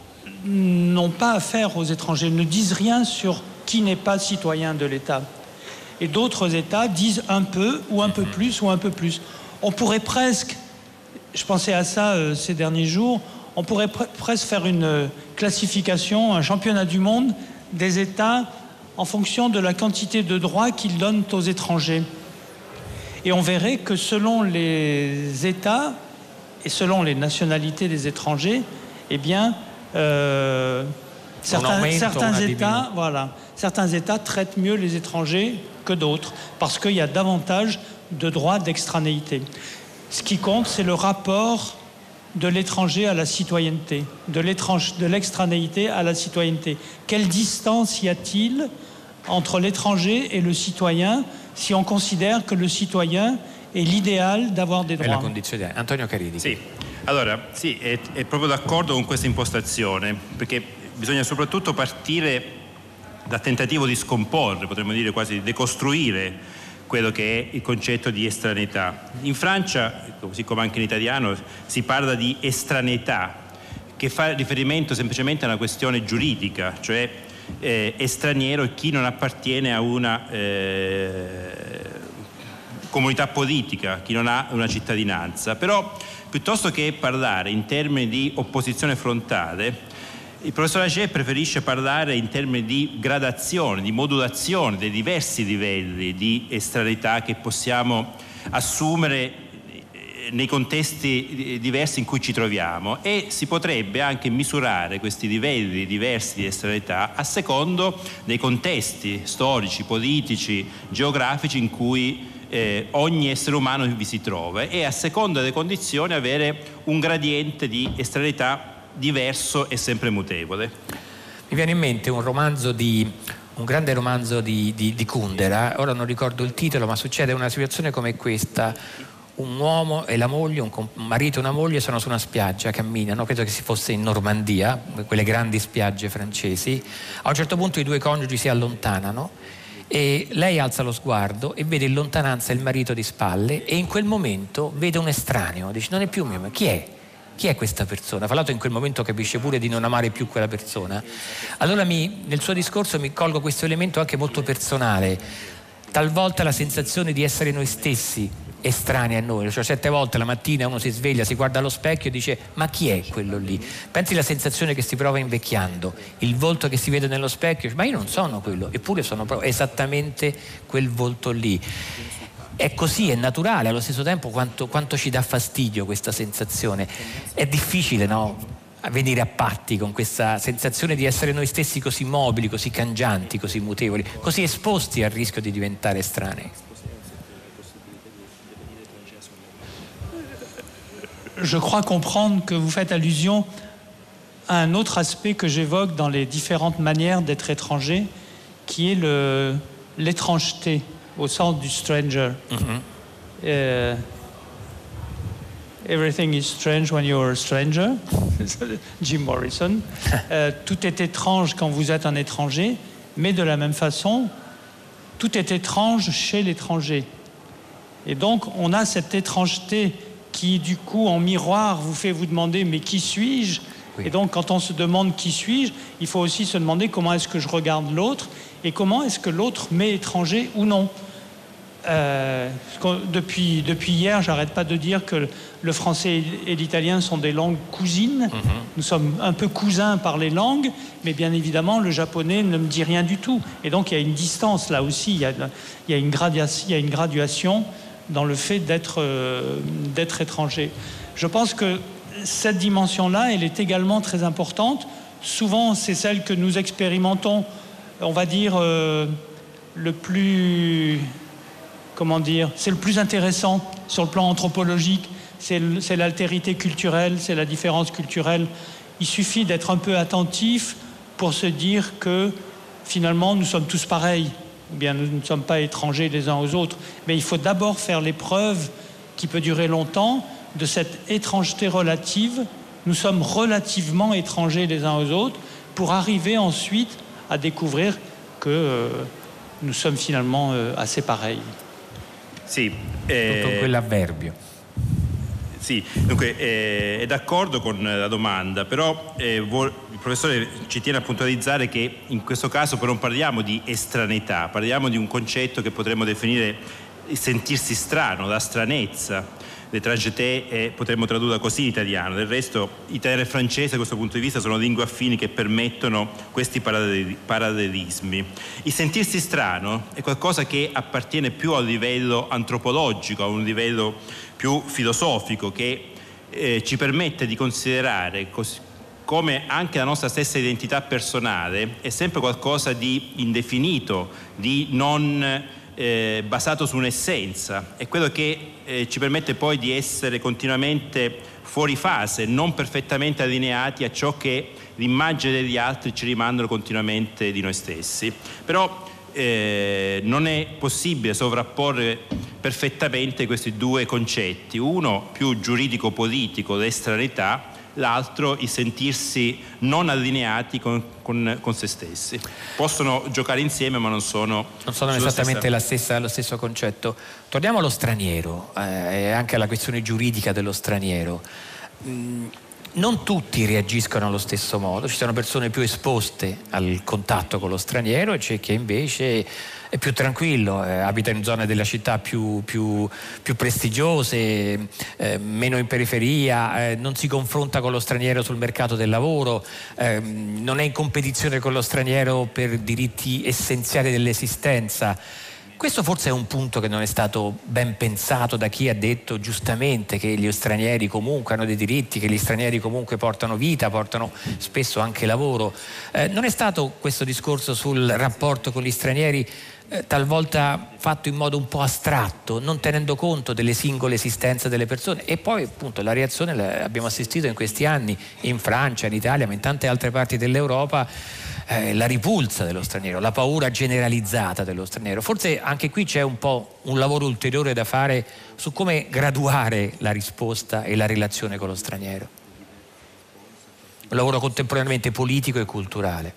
[SPEAKER 9] n'ont pas affaire aux étrangers, ne disent rien sur qui n'est pas citoyen de l'État. Et d'autres États disent un peu, ou un peu plus, ou un peu plus. On pourrait presque, je pensais à ça euh, ces derniers jours, on pourrait pre presque faire une classification, un championnat du monde des États en fonction de la quantité de droits qu'ils donnent aux étrangers. Et on verrait que selon les États et selon les nationalités des étrangers, eh bien, euh, certains, certains États, voilà, certains États traitent mieux les étrangers que d'autres, parce qu'il y a davantage de droits d'extranéité. Ce qui compte, c'est le rapport de l'étranger à la citoyenneté, de l'extranéité à la citoyenneté. Quelle distance y a-t-il entre l'étranger et le citoyen si on considère que le citoyen è l'ideale d'avoir des droits?
[SPEAKER 2] È la condizione. Antonio Caridi.
[SPEAKER 10] Sì, allora, sì, è, è proprio d'accordo con questa impostazione, perché bisogna soprattutto partire dal tentativo di scomporre, potremmo dire quasi di decostruire quello che è il concetto di estraneità. In Francia, così come anche in italiano, si parla di estraneità, che fa riferimento semplicemente a una questione giuridica, cioè eh, è straniero chi non appartiene a una eh, comunità politica, chi non ha una cittadinanza. Però, piuttosto che parlare in termini di opposizione frontale, il professor Ager preferisce parlare in termini di gradazione, di modulazione dei diversi livelli di estraneità che possiamo assumere nei contesti diversi in cui ci troviamo, e si potrebbe anche misurare questi livelli diversi di estraneità a secondo dei contesti storici, politici, geografici in cui eh, ogni essere umano vi si trova, e a seconda delle condizioni avere un gradiente di estraneità diverso e sempre mutevole.
[SPEAKER 2] Mi viene in mente un romanzo di un grande romanzo di, di, di Kundera, ora non ricordo il titolo, ma succede una situazione come questa: un uomo e la moglie, un, un marito e una moglie sono su una spiaggia, camminano, credo che si fosse in Normandia, quelle grandi spiagge francesi. A un certo punto i due coniugi si allontanano e lei alza lo sguardo e vede in lontananza il marito di spalle, e in quel momento vede un estraneo, dice: non è più mio, ma chi è? Chi è questa persona? Fra l'altro in quel momento capisce pure di non amare più quella persona. Allora mi, nel suo discorso mi colgo questo elemento anche molto personale, talvolta la sensazione di essere noi stessi estranei a noi, cioè certe volte la mattina uno si sveglia, si guarda allo specchio e dice: ma chi è quello lì? Pensi alla sensazione che si prova invecchiando, il volto che si vede nello specchio, ma io non sono quello, eppure sono esattamente quel volto lì. È così, è naturale, allo stesso tempo quanto, quanto ci dà fastidio questa sensazione. È difficile, no? Venire a patti con questa sensazione di essere noi stessi così mobili, così cangianti, così mutevoli, così esposti al rischio di diventare estranei.
[SPEAKER 9] Je crois comprendre que vous faites allusion à un autre aspect que j'évoque dans les différentes manières d'être étranger, qui est le, l'étrangeté, au sens du stranger. Mm-hmm. uh, everything is strange when you're a stranger. Jim Morrison. uh, tout est étrange quand vous êtes un étranger, mais de la même façon, tout est étrange chez l'étranger. Et donc, on a cette étrangeté qui, du coup, en miroir, vous fait vous demander « mais qui suis-je » Et donc, quand on se demande qui suis-je, il faut aussi se demander comment est-ce que je regarde l'autre et comment est-ce que l'autre m'est étranger ou non. Euh, depuis, depuis hier, j'arrête pas de dire que le français et l'italien sont des langues cousines. Mm-hmm. Nous sommes un peu cousins par les langues, mais bien évidemment, le japonais ne me dit rien du tout. Et donc, il y a une distance là aussi. Il y a, il y a, une, graduation, il y a une graduation dans le fait d'être, euh, d'être étranger. Je pense que cette dimension-là, elle est également très importante. Souvent, c'est celle que nous expérimentons, on va dire, euh, le plus... Comment dire, c'est le plus intéressant sur le plan anthropologique, c'est, c'est l'altérité culturelle, c'est la différence culturelle. Il suffit d'être un peu attentif pour se dire que finalement nous sommes tous pareils, ou bien nous ne sommes pas étrangers les uns aux autres. Mais il faut d'abord faire l'épreuve, qui peut durer longtemps, de cette étrangeté relative. Nous sommes relativement étrangers les uns aux autres, pour arriver ensuite à découvrir que euh, nous sommes finalement euh, assez pareils.
[SPEAKER 10] Sì, eh,
[SPEAKER 2] tutto quell'avverbio.
[SPEAKER 10] Sì, dunque eh, è d'accordo con la domanda, però eh, vuol, il professore ci tiene a puntualizzare che in questo caso però non parliamo di estraneità, parliamo di un concetto che potremmo definire sentirsi strano, la stranezza. L'étrangeté eh, potremmo tradurla così in italiano. Del resto italiano e francese da questo punto di vista sono lingue affini che permettono questi parallelismi. Il sentirsi strano è qualcosa che appartiene più a un livello antropologico, a un livello più filosofico, che eh, ci permette di considerare cos- come anche la nostra stessa identità personale è sempre qualcosa di indefinito, di non Eh, basato su un'essenza, è quello che eh, ci permette poi di essere continuamente fuori fase, non perfettamente allineati a ciò che l'immagine degli altri ci rimandano continuamente di noi stessi. Però eh, non è possibile sovrapporre perfettamente questi due concetti, uno più giuridico-politico, l'estraneità, l'altro il sentirsi non allineati con, con, con se stessi. Possono giocare insieme ma non sono
[SPEAKER 2] non sono esattamente la stessa, lo stesso concetto. Torniamo allo straniero eh, e anche alla questione giuridica dello straniero. Mm, non tutti reagiscono allo stesso modo, ci sono persone più esposte al contatto con lo straniero e c'è chi invece è più tranquillo, eh, abita in zone della città più, più, più prestigiose, eh, meno in periferia, eh, non si confronta con lo straniero sul mercato del lavoro, eh, non è in competizione con lo straniero per diritti essenziali dell'esistenza. Questo forse è un punto che non è stato ben pensato da chi ha detto giustamente che gli stranieri comunque hanno dei diritti, che gli stranieri comunque portano vita, portano spesso anche lavoro. Eh, non è stato questo discorso sul rapporto con gli stranieri eh, talvolta fatto in modo un po' astratto, non tenendo conto delle singole esistenze delle persone? E poi appunto la reazione l'abbiamo assistito in questi anni in Francia, in Italia, ma in tante altre parti dell'Europa. Eh, la ripulsa dello straniero, la paura generalizzata dello straniero. Forse anche qui c'è un po' un lavoro ulteriore da fare su come graduare la risposta e la relazione con lo straniero. Un lavoro contemporaneamente politico e culturale.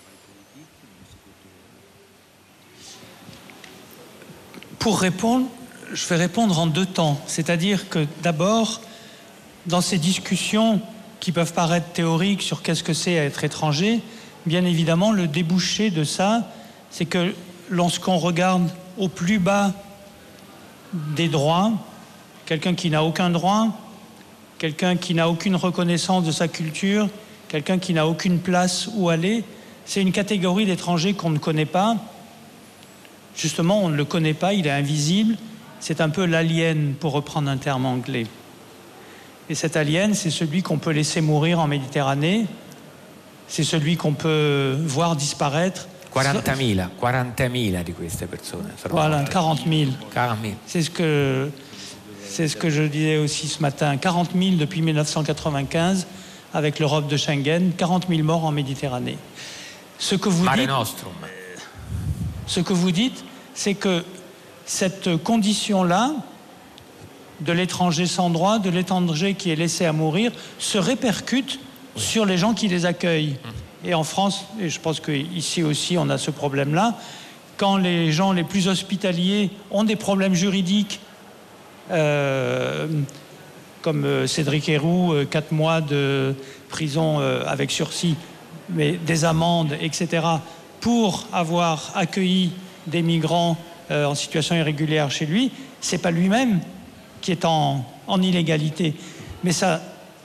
[SPEAKER 9] Pour répondre, je vais répondre en deux temps. C'est-à-dire que d'abord, dans ces discussions qui peuvent paraître théoriques sur qu'est-ce que c'est être étranger, bien évidemment, le débouché de ça, c'est que lorsqu'on regarde au plus bas des droits, quelqu'un qui n'a aucun droit, quelqu'un qui n'a aucune reconnaissance de sa culture, quelqu'un qui n'a aucune place où aller, c'est une catégorie d'étrangers qu'on ne connaît pas. Justement, on ne le connaît pas, il est invisible. C'est un peu l'alien, pour reprendre un terme anglais. Et cet alien, c'est celui qu'on peut laisser mourir en Méditerranée. C'est celui qu'on peut voir disparaître.
[SPEAKER 2] quarantamila, quarantamila di queste persone.
[SPEAKER 9] Voilà, quarante mille.
[SPEAKER 2] quarante mille.
[SPEAKER 9] C'est ce que, c'est ce que je disais aussi ce matin. quarante mille depuis mille neuf cent quatre-vingt-quinze, avec l'Europe de Schengen, quarante mille morts en Méditerranée. Ce que vous
[SPEAKER 2] Mare
[SPEAKER 9] dites,
[SPEAKER 2] Nostrum.
[SPEAKER 9] Ce que vous dites, c'est que cette condition-là, de l'étranger sans droit, de l'étranger qui est laissé à mourir, se répercute sur les gens qui les accueillent. Et en France, et je pense qu'ici aussi on a ce problème-là, quand les gens les plus hospitaliers ont des problèmes juridiques, euh, comme euh, Cédric Héroux, euh, quatre mois de prison euh, avec sursis, mais des amendes, et cetera, pour avoir accueilli des migrants euh, en situation irrégulière chez lui, c'est pas lui-même qui est en, en illégalité. Mais ça,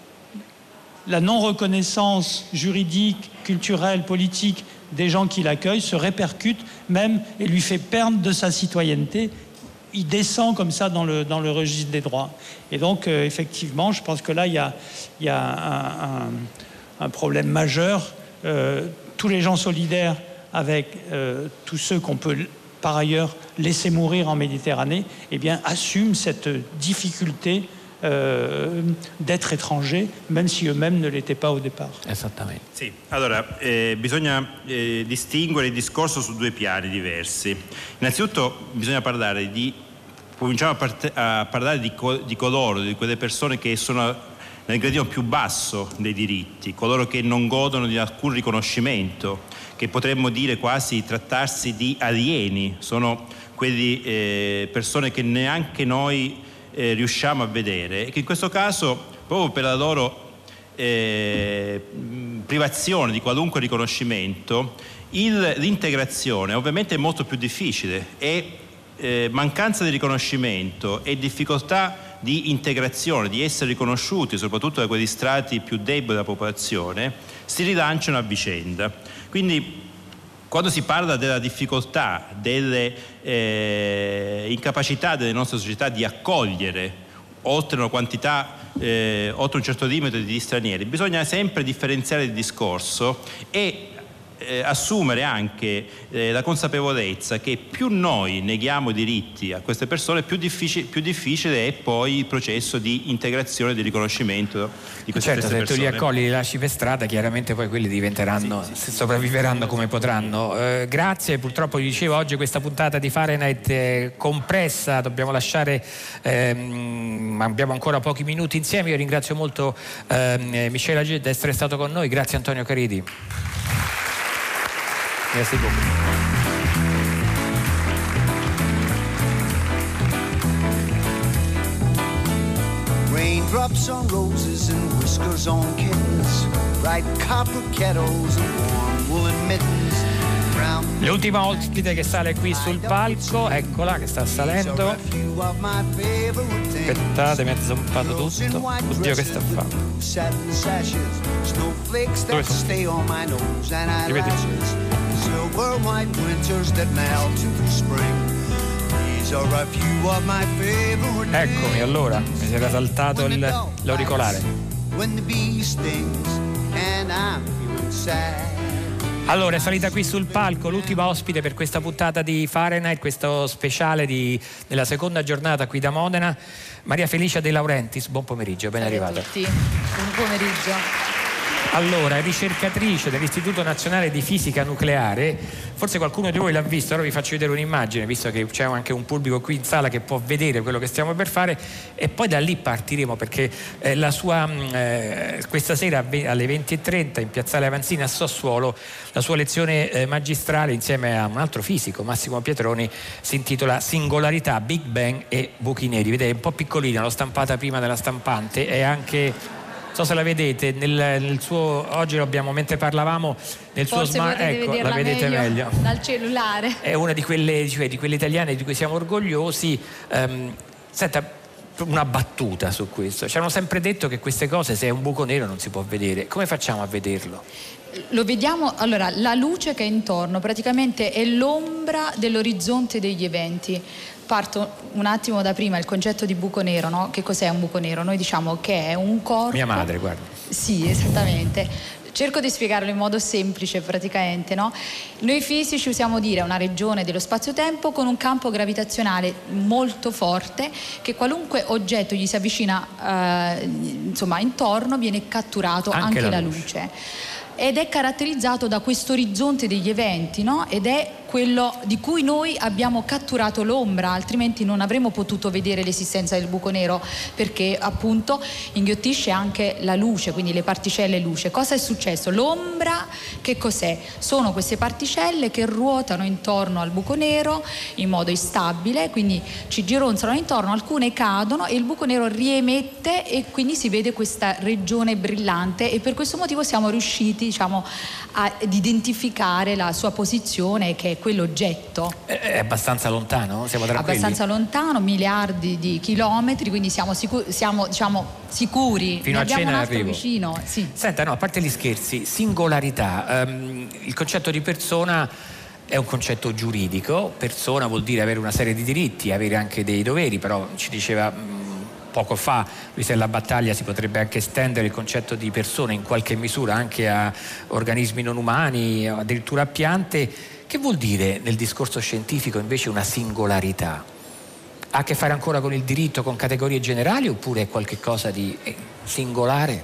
[SPEAKER 9] la non-reconnaissance juridique, culturelle, politique des gens qui l'accueillent se répercute même et lui fait perdre de sa citoyenneté. Il descend comme ça dans le, dans le registre des droits. Et donc, euh, effectivement, je pense que là, il y a, il y a un, un, un problème majeur. Euh, tous les gens solidaires avec euh, tous ceux qu'on peut par ailleurs laisser mourir en Méditerranée, eh bien, assument cette difficulté eh, d'être étrangers, même si eux-mêmes ne l'étaient pas au départ.
[SPEAKER 2] Esattamente.
[SPEAKER 10] Sì, allora eh, bisogna eh, distinguere il discorso su due piani diversi. Innanzitutto bisogna parlare di, cominciamo a, part- a parlare di, co- di coloro, di quelle persone che sono nel gradino più basso dei diritti, coloro che non godono di alcun riconoscimento, che potremmo dire quasi trattarsi di alieni, sono quelle eh, persone che neanche noi eh, riusciamo a vedere e che in questo caso, proprio per la loro eh, privazione di qualunque riconoscimento, il, l'integrazione ovviamente è molto più difficile e eh, mancanza di riconoscimento e difficoltà di integrazione, di essere riconosciuti soprattutto da quegli strati più deboli della popolazione, si rilanciano a vicenda. Quindi quando si parla della difficoltà, delle eh, incapacità delle nostre società di accogliere oltre una quantità, eh, oltre un certo limite di stranieri, bisogna sempre differenziare il discorso e Eh, assumere anche eh, la consapevolezza che più noi neghiamo i diritti a queste persone, più, difficile, più difficile è poi il processo di integrazione e di riconoscimento di queste
[SPEAKER 2] certo, se
[SPEAKER 10] persone.
[SPEAKER 2] tu li accogli, li lasci per strada, chiaramente poi quelli diventeranno, sì, sì, sopravviveranno sì, come potranno. Eh, grazie, purtroppo vi dicevo oggi questa puntata di Fahrenheit è compressa, dobbiamo lasciare, ehm, abbiamo ancora pochi minuti insieme. Io ringrazio molto ehm, Michel Ager di essere stato con noi, grazie Antonio Caridi. Merci beaucoup.
[SPEAKER 11] Raindrops on roses and whiskers on kittens, bright copper kettles and warm woolen mittens.
[SPEAKER 2] L'ultima ospite che sale qui sul palco, eccola che sta salendo. Aspettate, mi ha zampato tutto. Oddio, che sta a fare? Dove sono? Li vedi? Eccomi, allora mi si era saltato il, l'auricolare. Allora è salita qui sul palco l'ultima ospite per questa puntata di Fahrenheit, questo speciale di, della seconda giornata qui da Modena, Maria Felicia De Laurentiis. Buon pomeriggio, ben arrivata.
[SPEAKER 12] Ciao a tutti, buon pomeriggio.
[SPEAKER 2] Allora, è ricercatrice dell'Istituto Nazionale di Fisica Nucleare, forse qualcuno di voi l'ha visto, ora vi faccio vedere un'immagine, visto che c'è anche un pubblico qui in sala che può vedere quello che stiamo per fare, e poi da lì partiremo perché eh, la sua, eh, questa sera alle venti e trenta in Piazzale Avanzini a Sassuolo la sua lezione eh, magistrale insieme a un altro fisico, Massimo Pietroni, si intitola Singolarità, Big Bang e buchi neri. Vedete, è un po' piccolina, l'ho stampata prima della stampante, è anche... Non so se la vedete, nel, nel suo, oggi lo abbiamo, mentre parlavamo, nel
[SPEAKER 12] Forse
[SPEAKER 2] suo smart, ecco, la vedete meglio, meglio.
[SPEAKER 12] Dal cellulare.
[SPEAKER 2] È una di quelle, cioè, di quelle italiane di cui siamo orgogliosi. Um, senta, una battuta su questo. Ci hanno sempre detto che queste cose, se è un buco nero, non si può vedere. Come facciamo a vederlo?
[SPEAKER 12] Lo vediamo, allora, la luce che è intorno praticamente è l'ombra dell'orizzonte degli eventi. Parto un attimo da prima, il concetto di buco nero, no? Che cos'è un buco nero? Noi diciamo che è un corpo...
[SPEAKER 2] Mia madre, guarda.
[SPEAKER 12] Sì, esattamente. Cerco di spiegarlo in modo semplice praticamente, no? Noi fisici usiamo dire una regione dello spazio-tempo con un campo gravitazionale molto forte che qualunque oggetto gli si avvicina eh, insomma intorno viene catturato, anche, anche la luce. luce. ed è caratterizzato da questo orizzonte degli eventi, no? Ed è quello di cui noi abbiamo catturato l'ombra, altrimenti non avremmo potuto vedere l'esistenza del buco nero, perché appunto inghiottisce anche la luce, quindi le particelle luce. Cosa è successo? L'ombra che cos'è? Sono queste particelle che ruotano intorno al buco nero in modo instabile, quindi ci gironzolano intorno, alcune cadono e il buco nero riemette e quindi si vede questa regione brillante, e per questo motivo siamo riusciti, diciamo, ad identificare la sua posizione, che è quell'oggetto.
[SPEAKER 2] È abbastanza lontano? Siamo tranquilli?
[SPEAKER 12] Abbastanza lontano, miliardi di chilometri, quindi siamo, sicuri, siamo diciamo, sicuri.
[SPEAKER 2] Fino
[SPEAKER 12] ne
[SPEAKER 2] a cena
[SPEAKER 12] un altro
[SPEAKER 2] arrivo.
[SPEAKER 12] vicino. Sì.
[SPEAKER 2] Senta, no, a parte gli scherzi, singolarità, um, il concetto di persona è un concetto giuridico. Persona vuol dire avere una serie di diritti, avere anche dei doveri, però ci diceva mh, poco fa Luisella Battaglia, si potrebbe anche estendere il concetto di persona in qualche misura anche a organismi non umani, addirittura a piante. Che vuol dire nel discorso scientifico invece una singolarità? Ha a che fare ancora con il diritto, con categorie generali, oppure è qualche cosa di singolare?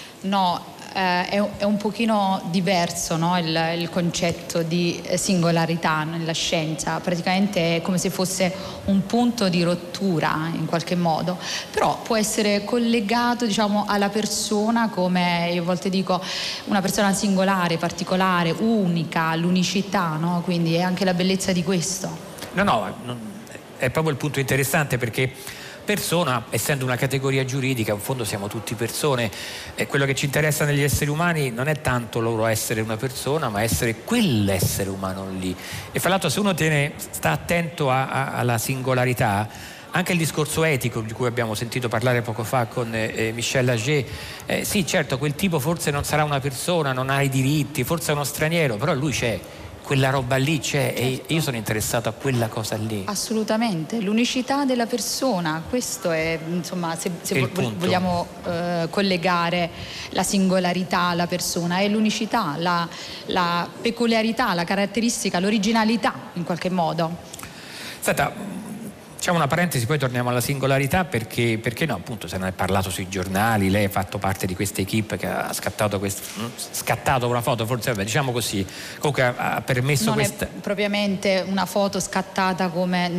[SPEAKER 12] No, eh, è, è un pochino diverso, no? il, il concetto di singolarità nella scienza. Praticamente è come se fosse un punto di rottura in qualche modo, però può essere collegato, diciamo, alla persona, come io a volte dico, una persona singolare, particolare, unica, l'unicità, no? Quindi è anche la bellezza di questo.
[SPEAKER 2] No, no, non, è proprio il punto interessante, perché persona, essendo una categoria giuridica, in fondo siamo tutti persone, e quello che ci interessa negli esseri umani non è tanto loro essere una persona, ma essere quell'essere umano lì. E fra l'altro, se uno tiene, sta attento a, a, alla singolarità, anche il discorso etico di cui abbiamo sentito parlare poco fa con eh, Michel Laget, eh, sì, certo, quel tipo forse non sarà una persona, non ha i diritti, forse è uno straniero, però lui c'è, quella roba lì c'è, certo. E io sono interessato a quella cosa lì.
[SPEAKER 12] Assolutamente, l'unicità della persona, questo è, insomma, se, se vo- vogliamo eh, collegare la singolarità alla persona, è l'unicità, la, la peculiarità, la caratteristica, l'originalità in qualche modo.
[SPEAKER 2] Senta, facciamo una parentesi, poi torniamo alla singolarità, perché, perché no, appunto, se ne è parlato sui giornali, lei ha fatto parte di questa equipe che ha scattato, quest, scattato una foto, forse, vabbè, diciamo così, comunque ha, ha permesso
[SPEAKER 12] non
[SPEAKER 2] questa...
[SPEAKER 12] Non è propriamente una foto scattata come,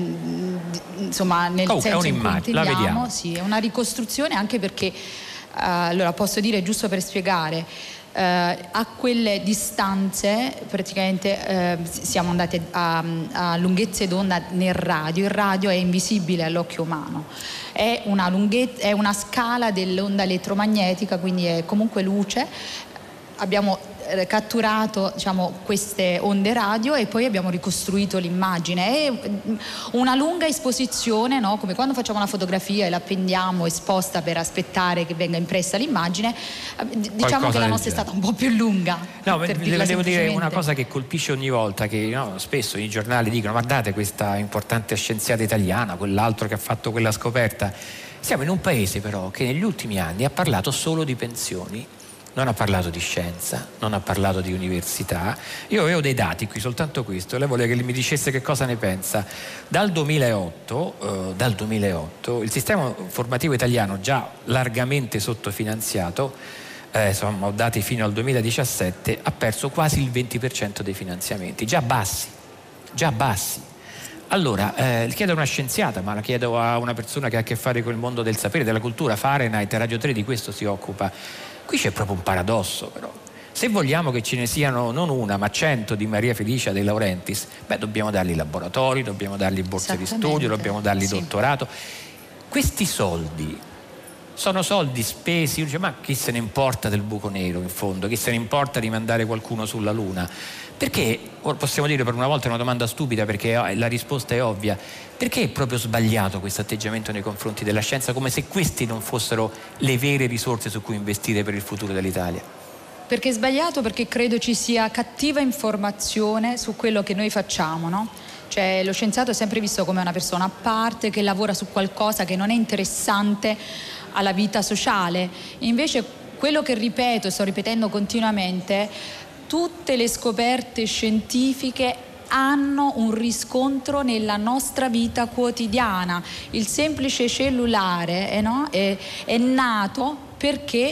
[SPEAKER 12] insomma, nel
[SPEAKER 2] comunque
[SPEAKER 12] senso
[SPEAKER 2] è
[SPEAKER 12] in cui
[SPEAKER 2] un'immagine, la vediamo.
[SPEAKER 12] Sì, è una ricostruzione, anche perché, uh, allora posso dire, giusto per spiegare, Uh, a quelle distanze praticamente uh, siamo andati a, a lunghezze d'onda nel radio. Il radio è invisibile all'occhio umano, è una, lunghezza, è una scala dell'onda elettromagnetica, quindi è comunque luce. Abbiamo eh, catturato, diciamo, queste onde radio e poi abbiamo ricostruito l'immagine. È una lunga esposizione, no? Come quando facciamo una fotografia e la appendiamo esposta per aspettare che venga impressa l'immagine. Diciamo
[SPEAKER 2] Qualcosa
[SPEAKER 12] che la nostra
[SPEAKER 2] genere.
[SPEAKER 12] è stata un po' più lunga.
[SPEAKER 2] No,
[SPEAKER 12] per
[SPEAKER 2] devo
[SPEAKER 12] dirla
[SPEAKER 2] dire
[SPEAKER 12] semplicemente.
[SPEAKER 2] una cosa che colpisce ogni volta, che no, spesso i giornali dicono: guardate questa importante scienziata italiana, quell'altro che ha fatto quella scoperta. Siamo in un paese però che negli ultimi anni ha parlato solo di pensioni, non ha parlato di scienza, non ha parlato di università. Io avevo dei dati qui, soltanto questo, lei voleva che mi dicesse che cosa ne pensa. Dal duemilaotto, eh, dal duemilaotto il sistema formativo italiano, già largamente sottofinanziato, eh, insomma, ho dati fino al duemiladiciassette, ha perso quasi il venti per cento dei finanziamenti, già bassi, già bassi. Allora, eh, chiedo a una scienziata, ma la chiedo a una persona che ha a che fare con il mondo del sapere, della cultura. Fahrenheit, Radio tre di questo si occupa. Qui c'è proprio un paradosso, però. Se vogliamo che ce ne siano non una, ma cento di Maria Felicia De Laurentiis, beh, dobbiamo dargli laboratori, dobbiamo dargli borse di studio, dobbiamo dargli
[SPEAKER 12] sì.
[SPEAKER 2] dottorato. Questi soldi sono soldi spesi, dice, ma chi se ne importa del buco nero in fondo? Chi se ne importa di mandare qualcuno sulla Luna? Perché, possiamo dire per una volta è una domanda stupida, perché la risposta è ovvia, perché è proprio sbagliato questo atteggiamento nei confronti della scienza, come se questi non fossero le vere risorse su cui investire per il futuro dell'Italia?
[SPEAKER 12] Perché è sbagliato, perché credo ci sia cattiva informazione su quello che noi facciamo, no? Cioè, lo scienziato è sempre visto come una persona a parte che lavora su qualcosa che non è interessante alla vita sociale. Invece quello che ripeto e sto ripetendo continuamente, tutte le scoperte scientifiche hanno un riscontro nella nostra vita quotidiana. Il semplice cellulare eh no? è, è nato perché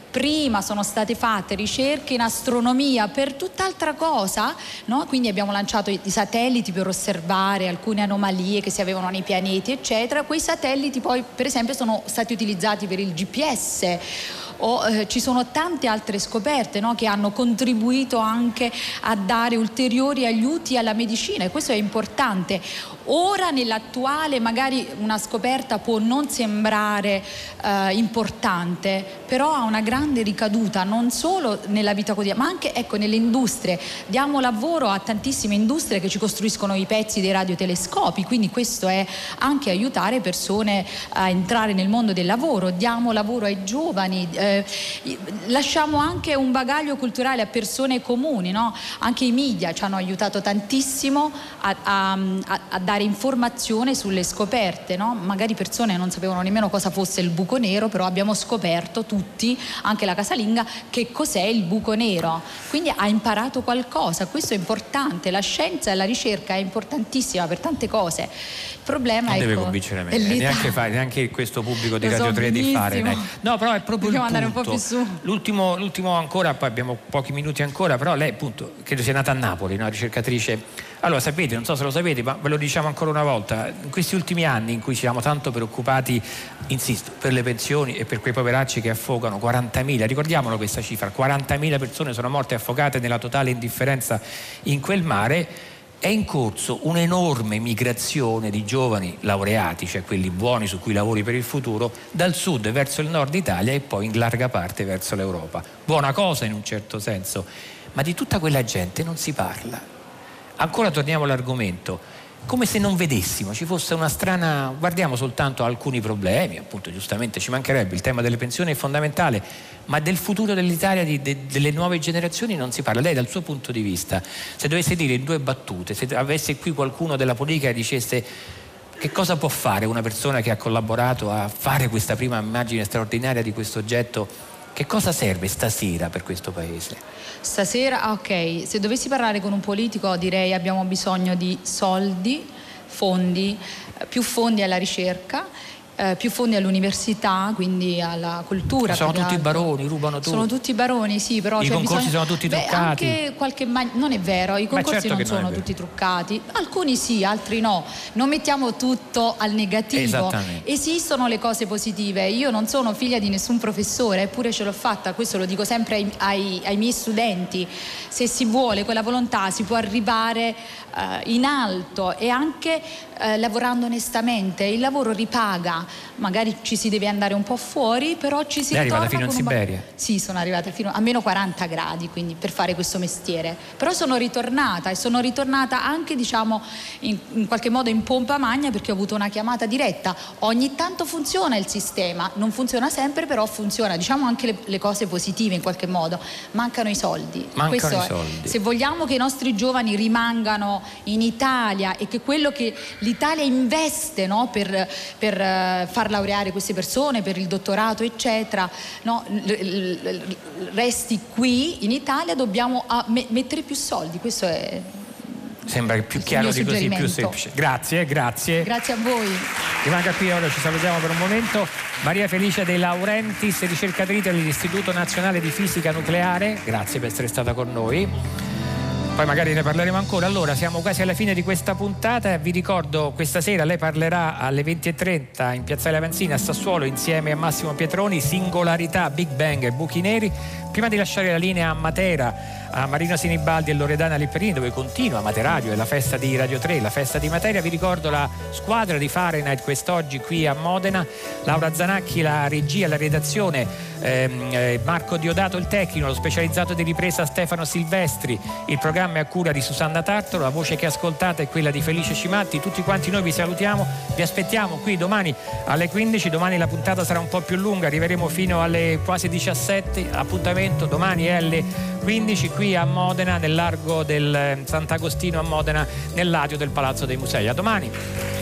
[SPEAKER 12] prima sono state fatte ricerche in astronomia per tutt'altra cosa, no? Quindi abbiamo lanciato i satelliti per osservare alcune anomalie che si avevano nei pianeti, eccetera. Quei satelliti poi, per esempio, sono stati utilizzati per il G P S. O, eh, ci sono tante altre scoperte, no, che hanno contribuito anche a dare ulteriori aiuti alla medicina, e questo è importante. Ora nell'attuale magari una scoperta può non sembrare eh, importante, però ha una grande ricaduta non solo nella vita quotidiana, ma anche, ecco, nelle industrie. Diamo lavoro a tantissime industrie che ci costruiscono i pezzi dei radiotelescopi, quindi questo è anche aiutare persone a entrare nel mondo del lavoro. Diamo lavoro ai giovani, eh, lasciamo anche un bagaglio culturale a persone comuni, no? Anche i media ci hanno aiutato tantissimo a, a, a, a dare informazione sulle scoperte, no? Magari persone non sapevano nemmeno cosa fosse il buco nero, però abbiamo scoperto tutti, anche la casalinga, che cos'è il buco nero, quindi ha imparato qualcosa. Questo è importante, la scienza e la ricerca è importantissima per tante cose. Il problema,
[SPEAKER 2] non
[SPEAKER 12] ecco,
[SPEAKER 2] deve convincere me, neanche, fare, neanche questo pubblico di
[SPEAKER 12] Lo
[SPEAKER 2] Radio
[SPEAKER 12] so
[SPEAKER 2] tre di fare, no, però è proprio
[SPEAKER 12] dobbiamo
[SPEAKER 2] il
[SPEAKER 12] andare
[SPEAKER 2] punto.
[SPEAKER 12] Un po' più su.
[SPEAKER 2] L'ultimo, l'ultimo ancora, poi abbiamo pochi minuti ancora, però lei appunto credo sia nata a Napoli, no? Ricercatrice. Allora sapete, non so se lo sapete, ma ve lo diciamo ancora una volta, in questi ultimi anni in cui ci siamo tanto preoccupati, insisto, per le pensioni e per quei poveracci che affogano, quarantamila, ricordiamolo questa cifra, quarantamila persone sono morte affogate nella totale indifferenza in quel mare. È in corso un'enorme migrazione di giovani laureati, cioè quelli buoni su cui lavori per il futuro, dal sud verso il nord Italia e poi in larga parte verso l'Europa. Buona cosa in un certo senso, ma di tutta quella gente non si parla. Ancora torniamo all'argomento, come se non vedessimo, ci fosse una strana, guardiamo soltanto alcuni problemi, appunto giustamente ci mancherebbe, il tema delle pensioni è fondamentale, ma del futuro dell'Italia, di, de, delle nuove generazioni non si parla. Lei dal suo punto di vista, se dovesse dire in due battute, se avesse qui qualcuno della politica e dicesse che cosa può fare una persona che ha collaborato a fare questa prima immagine straordinaria di questo oggetto, che cosa serve stasera per questo paese?
[SPEAKER 12] Stasera, ok, se dovessi parlare con un politico direi abbiamo bisogno di soldi, fondi, più fondi alla ricerca, eh, più fondi all'università, quindi alla cultura.
[SPEAKER 2] Sono tutti
[SPEAKER 12] altro.
[SPEAKER 2] baroni, rubano tutto.
[SPEAKER 12] Sono tutti baroni, sì, però
[SPEAKER 2] i
[SPEAKER 12] c'è
[SPEAKER 2] concorsi
[SPEAKER 12] bisogno...
[SPEAKER 2] sono tutti
[SPEAKER 12] Beh,
[SPEAKER 2] truccati.
[SPEAKER 12] Anche qualche man... Non è vero, i concorsi
[SPEAKER 2] certo
[SPEAKER 12] non sono
[SPEAKER 2] non
[SPEAKER 12] tutti truccati, alcuni sì, altri no. Non mettiamo tutto al negativo.
[SPEAKER 2] Esattamente.
[SPEAKER 12] Esistono le cose positive. Io non sono figlia di nessun professore, eppure ce l'ho fatta, questo lo dico sempre ai, ai, ai miei studenti. Se si vuole, con la volontà si può arrivare uh, in alto, e anche uh, lavorando onestamente. Il lavoro ripaga, magari ci si deve andare un po' fuori, però ci si
[SPEAKER 2] Lei è
[SPEAKER 12] ritorna
[SPEAKER 2] arrivata fino in
[SPEAKER 12] con un ba-
[SPEAKER 2] Siberia?
[SPEAKER 12] Sì, sono arrivata fino a meno quaranta gradi, quindi per fare questo mestiere. Però sono ritornata, e sono ritornata anche, diciamo, in, in qualche modo in pompa magna, perché ho avuto una chiamata diretta. Ogni tanto funziona il sistema, non funziona sempre, però funziona. Diciamo anche le, le cose positive in qualche modo. Mancano i soldi.
[SPEAKER 2] Mancano
[SPEAKER 12] Questo
[SPEAKER 2] i
[SPEAKER 12] è.
[SPEAKER 2] soldi.
[SPEAKER 12] Se vogliamo che i nostri giovani rimangano in Italia, e che quello che l'Italia investe, no, per, per uh, far laureare queste persone, per il dottorato, eccetera, no, l- l- l- resti qui in Italia, dobbiamo a- me- mettere più soldi. Questo è...
[SPEAKER 2] Sembra più
[SPEAKER 12] il
[SPEAKER 2] chiaro
[SPEAKER 12] mio
[SPEAKER 2] di così, più
[SPEAKER 12] suggerimento.
[SPEAKER 2] semplice. Grazie, grazie.
[SPEAKER 12] Grazie a voi.
[SPEAKER 2] Rimanga qui, ora ci salutiamo per un momento. Maria Felicia De Laurentiis, ricercatrice dell'Istituto Nazionale di Fisica Nucleare, grazie per essere stata con noi. Poi magari ne parleremo ancora. Allora, siamo quasi alla fine di questa puntata. Vi ricordo, questa sera lei parlerà alle venti e trenta in Piazzale Avanzini a Sassuolo insieme a Massimo Pietroni, Singolarità, Big Bang e Buchi Neri. Prima di lasciare la linea a Matera, a Marina Sinibaldi e Loredana Lipperini, dove continua Materadio e la festa di Radio tre, la festa di Materia, vi ricordo la squadra di Fahrenheit quest'oggi qui a Modena: Laura Zanacchi la regia, la redazione, ehm, eh, Marco Diodato il tecnico, lo specializzato di ripresa Stefano Silvestri, il programma è a cura di Susanna Tartaro, la voce che ascoltate è quella di Felice Cimatti. Tutti quanti noi vi salutiamo, vi aspettiamo qui domani alle quindici. Domani la puntata sarà un po' più lunga, arriveremo fino alle quasi diciassette. Appuntamento domani è alle quindici qui a Modena, nel largo del Sant'Agostino a Modena, nell'atrio del Palazzo dei Musei. A domani.